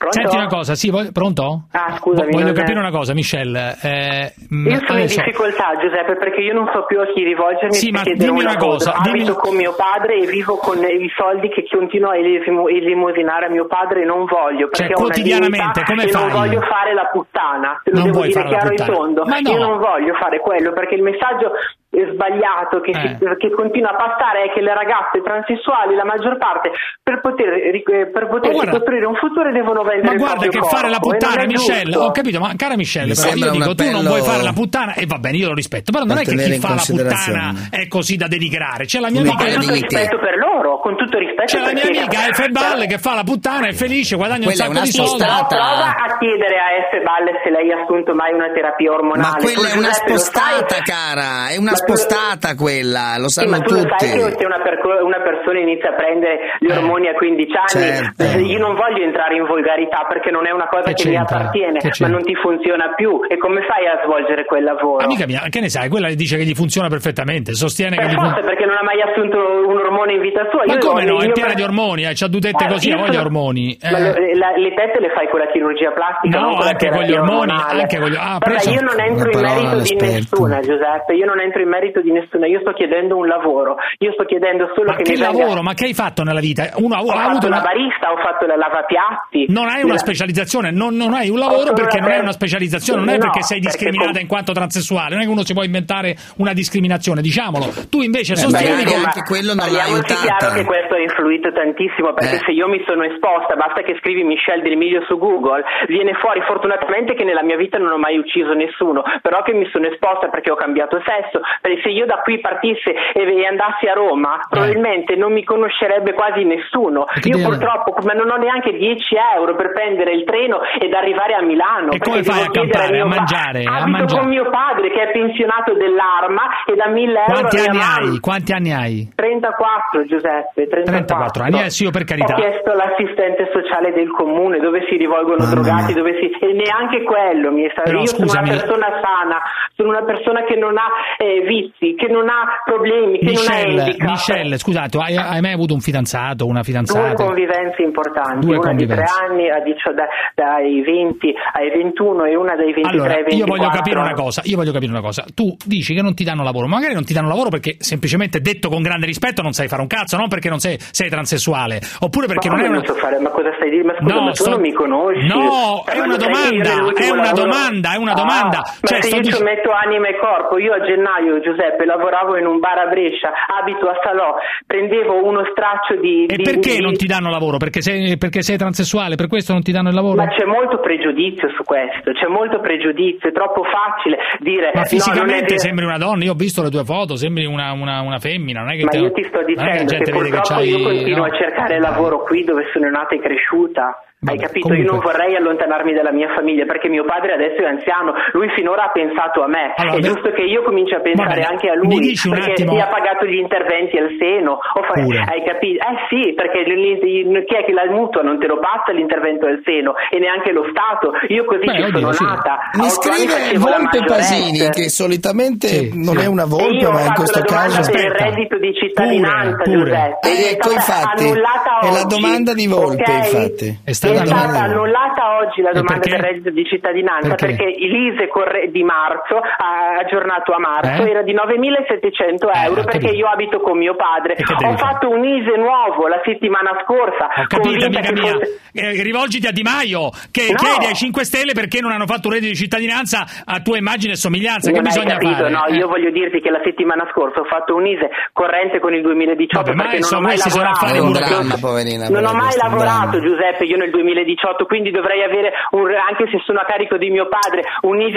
Pronto? Senti una cosa, sì, voglio, pronto? Ah, scusami. Voglio non capire è... una cosa, Michelle. Eh, Io sono adesso... in difficoltà, Giuseppe, perché io non so più a chi rivolgermi sì, per ma chiedere dimmi una, una cosa. cosa. Dimmi... Abito con mio padre e vivo con i soldi che continuo a elim- elemosinare a mio padre e non voglio, perché cioè, ho quotidianamente, una come e fai? non voglio fare la puttana, te lo non devo vuoi dire fare chiaro la e tondo. Ma no. Io non voglio fare quello, perché il messaggio sbagliato che, eh. si, che continua a passare è che le ragazze transessuali, la maggior parte, per poter per potersi costruire un futuro devono vendere ma il guarda che corpo, fare la puttana, Michelle, giusto. ho capito, ma cara Michelle, Mi però io dico appello... tu non vuoi fare la puttana e va bene, io lo rispetto, però non è che chi fa la puttana è così da denigrare. C'è la mia no, amica con tutto rispetto per loro, con tutto rispetto, c'è la mia amica F Balle che fa la puttana, è felice, guadagna un sacco di soldi. No, prova a chiedere a F Balle se lei ha assunto mai una terapia ormonale. Ma quella tu, è una Giuseppe, spostata, cara, è una spostata quella, lo sanno sì, ma tu tutti. Lo sai che se una, perco- una persona inizia a prendere gli ormoni a quindici anni, certo. io non voglio entrare in volgarità perché non è una cosa che, che mi appartiene, ma non ti funziona più. E come fai a svolgere quel lavoro? Amica mia, che ne sai? Quella dice che gli funziona perfettamente, sostiene per che gli forza, fun- perché non ha mai assunto un ormone in vita sua. Ma io come no? Io È piena per... di ormoni, eh, c'ha due tette eh, così, ha voglia sono... ormoni. Eh. Ma le, la, le tette le fai con la chirurgia plastica? No, non con anche la con gli ormoni, ormonale. anche con gli... Ah, Vabbè, preso... io non entro in merito di nessuna, Giuseppe, io non entro in merito di nessuna, io sto chiedendo un lavoro, io sto chiedendo solo ma che, che mi lavoro? venga... Ma che hai fatto nella vita? Uno ha, ho ha fatto avuto la una barista, ho fatto la lavapiatti. Non hai una specializzazione, non, non hai un lavoro perché non hai una specializzazione, non è no, perché sei discriminata perché... in quanto transessuale, non è che uno si può inventare una discriminazione, diciamolo. Tu invece Beh, sostieni che anche quello non l'ha aiutata. chiaro che questo ha influito tantissimo, perché eh. se io mi sono esposta, basta che scrivi Michelle Del Emilio su Google, viene fuori fortunatamente che nella mia vita non ho mai ucciso nessuno, però che mi sono esposta perché ho cambiato sesso, perché se io da qui partisse e andassi a Roma, eh. probabilmente non mi conoscerebbe quasi nessuno. Io deve... purtroppo ma non ho neanche dieci euro per prendere il treno ed arrivare a Milano. E come fai a campare, a mangiare? Pa- a abito mangiare. con mio padre che è pensionato dell'Arma e da mille Quanti euro anni mia hai? Quanti anni hai? trentaquattro, Giuseppe, trentaquattro. trentaquattro anni, eh sì, io per carità. Ho chiesto l'assistente sociale del comune dove si rivolgono Mamma drogati, mia. dove si... e neanche quello mi è stato. Però, io scusami. sono una persona sana, sono una persona che non ha eh, vizi, che non ha problemi, che Michelle, non ha handicap. Michelle, scusate, hai, hai mai avuto un fidanzato, una fidanzata? Due convivenze importanti, Due una convivenze. di tre anni a dicio, da, dai venti ai ventuno e una dai ventitré Allora, ai ventiquattro. io voglio capire una cosa, io voglio capire una cosa. Tu dici che non ti danno lavoro, magari non ti danno lavoro perché semplicemente detto con grande rispetto non sai fare un cazzo, non perché non sei, sei transessuale, oppure perché ma non è una... non so fare, ma cosa stai dicendo? Ma scusa, no, ma tu sto... non mi conosci? No, è una domanda, è una lavoro... domanda, è una domanda. Ah, cioè, ma se sto io dic... ci metto anima e corpo, io a gennaio, Giuseppe, lavoravo in un bar a Brescia, abito a Salò, prendevo uno straccio di... E di, perché di... non ti danno lavoro? Perché sei, perché sei transessuale, per questo non ti danno il lavoro? Ma c'è molto pregiudizio su questo, c'è molto pregiudizio, è troppo facile dire... Ma fisicamente no, sembri una donna, io ho visto le tue foto, sembri una, una, una femmina, non è che ma te... io ti sto dicendo che, che purtroppo che io continuo no. a cercare lavoro qui dove sono nata e cresciuta. Hai Vabbè, capito? comunque... Io non vorrei allontanarmi dalla mia famiglia perché mio padre adesso è anziano, lui finora ha pensato a me, allora, è beh... giusto che io cominci a pensare Vabbè, anche a lui perché attimo... si ha pagato gli interventi al seno, o fa... hai capito? Eh sì, perché chi è che la mutua non te lo passa l'intervento al seno e neanche lo Stato, io così beh, ci oddio, sono sì. nata. Mi scrive Volpe Pasini che solitamente sì, non sì. è una volpe ma in questo caso per il reddito di cittadinanza, pure, pure. Giuseppe, eh, ecco infatti è la domanda di Volpe, okay? Infatti è stata, è stata annullata oggi la domanda del reddito di cittadinanza perché, perché l'I S E corre di marzo ha aggiornato a marzo, eh? era di novemilasettecento euro eh, perché io abito con mio padre, ho fatto un I S E nuovo la settimana scorsa. Ho capito, amica mia, fosse... eh, rivolgiti a Di Maio che no. chiede ai cinque Stelle perché non hanno fatto un reddito di cittadinanza a tua immagine e somiglianza, non che bisogna capito, fare? No, eh. io voglio dirti che la settimana scorsa ho fatto un I S E corrente con il duemiladiciotto. Vabbè, perché non ho mai lavorato, un dramma, poverina, non ho mai lavorato dramma. Giuseppe io nel duemiladiciotto, quindi dovrei avere un, anche se sono a carico di mio padre, un I S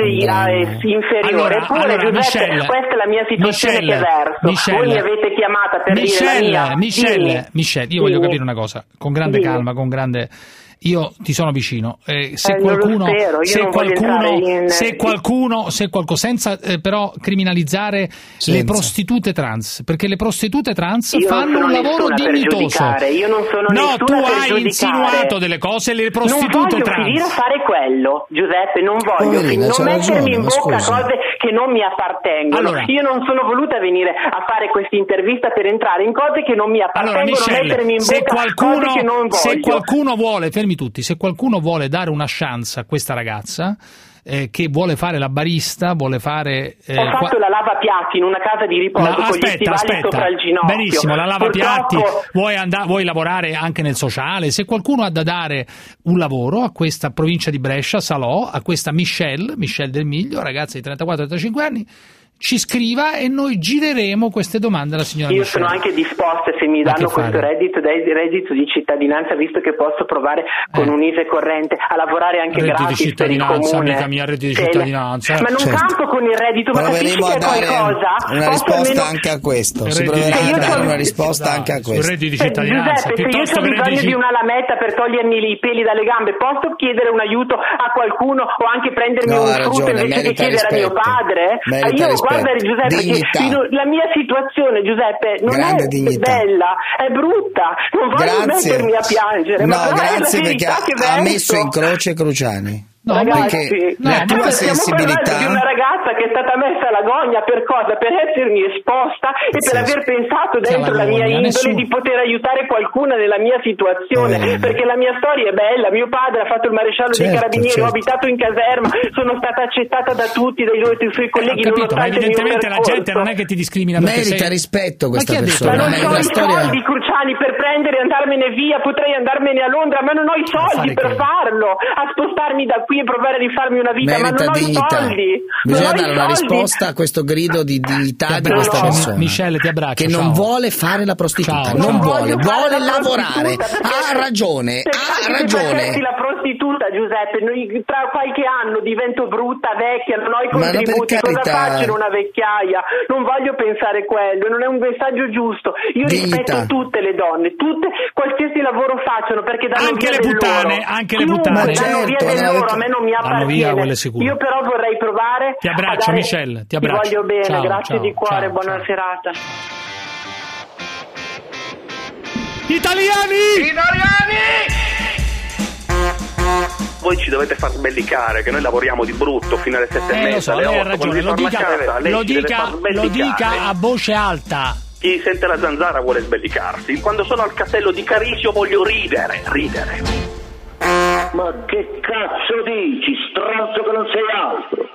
E inferiore. Allora, Eppure allora, Giuseppe, Michelle, questa è la mia situazione Michelle, che verso. Michelle, voi mi avete chiamata per Michelle, dire la mia. Michelle, Michelle, io Dimmi. voglio capire una cosa, con grande Dimmi. calma, con grande... Io ti sono vicino, eh, se, eh, qualcuno, spero, se, qualcuno, in... se qualcuno, se qualcuno, senza eh, però criminalizzare senza. le prostitute trans, perché le prostitute trans io fanno un lavoro dignitoso. Io non sono no, tu hai giudicare. insinuato delle cose, le prostitute non voglio trans. finire a fare quello, Giuseppe, non voglio Poverina, non mettermi ragione, in bocca scusa. cose che che non mi appartengono. Allora. Io non sono voluta venire a fare questa intervista per entrare in cose che non mi appartengono, Allora, Michelle, mettermi in se bocca qualcuno, cose che non voglio. se qualcuno vuole, fermi tutti, se qualcuno vuole dare una chance a questa ragazza, eh, che vuole fare la barista, vuole fare... Eh, Ho fatto qua... la lavapiatti in una casa di riposo La, con aspetta, gli stivali aspetta. sopra il ginocchio. Benissimo, la lavapiatti, Purtroppo... vuoi, andare, vuoi lavorare anche nel sociale? Se qualcuno ha da dare un lavoro a questa provincia di Brescia, Salò, a questa Michelle, Michelle Del Miglio, ragazza di trentaquattro trentacinque anni, ci scriva e noi gireremo queste domande alla signora Io Michelle. sono anche disposta, se mi Ma danno che questo fare? reddito, reddito di cittadinanza, visto che posso provare con Eh. un I S E E corrente a lavorare anche Reddito di gratis per il cittadinanza, comune. amica mia, reddito di Cioè, cittadinanza. Ma non Certo. campo con il reddito, ma capisci Proveremo che a è dare qualcosa? una Posso risposta almeno- anche a questo. Si Reddito proverà di a dare cittadinanza. una risposta Dai, anche a sul questo. reddito di Cioè, cittadinanza, Giuseppe, se io piuttosto ho che bisogno reddito di una lametta per togliermi i peli dalle gambe, posso chiedere un aiuto a qualcuno o anche prendermi No, un ha frutto ragione, invece che merita chiedere a mio rispetto. padre? Merita io rispetto. guarda Giuseppe, Dignità. che in- la mia situazione, Giuseppe, non Grande è dignità. bella, è brutta, non voglio Grazie. mettermi a piangere, No, ma però è la grazie perché verità ha, che ha verso. messo in croce Cruciani. No, Ragazzi, perché no, la tua ma stiamo parlando sensibilità di una ragazza che è stata messa alla gogna per cosa? Per essermi esposta e per aver pensato Chi dentro alla la mia gogna? indole Nessuno. di poter aiutare qualcuna nella mia situazione, Eh. perché la mia storia è bella. Mio padre ha fatto il maresciallo dei Certo, carabinieri, certo. ho abitato in caserma, sono stata accettata da tutti, dai loro- dai suoi colleghi, Ho capito, ma nonostante il mio evidentemente la percorso. gente non è che ti discrimina perché merita sei... rispetto questa Ma chi ha detto? Ma persona. non È ho una i storia. soldi, Cruciani, per prendere e andarmene via, potrei andarmene a Londra, ma non ho i soldi fare per che? farlo, a spostarmi da qui e provare a rifarmi una vita, ma Merita non ho i dignità. soldi. Bisogna non ho dare i una soldi. risposta a questo grido di dignità di abbraccio, questa Mi- persona. Michelle, ti abbraccio, Che non ciao. vuole fare la prostituta, Ciao, non ciao. vuole, voglio fare vuole la lavorare. prostituta, perché- Ha ragione, perché ha anche se ragione. facessi la prostituta, Giuseppe, noi tra qualche anno divento brutta, vecchia, non ho i Ma no, per contributi, cosa carità. faccio in una vecchiaia? Non voglio pensare quello, non è un messaggio giusto. Io Dignità. rispetto tutte le donne, tutte, qualsiasi lavoro facciano, perché danno Anche via le del puttane, loro. anche le Chiunque puttane. danno Ma via certo, del no, loro, perché- a me non mi Vanno appartiene. via, quelle sicuro. Io però vorrei provare Ti abbraccio, a dare... Michelle, ti abbraccio. voglio bene, Ciao, grazie ciao, di cuore, ciao, buona ciao. serata. Italiani! Voi ci dovete far sbellicare, che noi lavoriamo di brutto fino alle sette e Eh, lo mezza, so, alle lei ha otto, quando ragione, vi lo fanno a dica, casa, lei lo ci deve dica, far lo sbellicare. dica a voce alta. Chi sente la zanzara vuole sbellicarsi. Quando sono al castello di Carisio voglio ridere, ridere. Ma che cazzo dici, stronzo che non sei altro?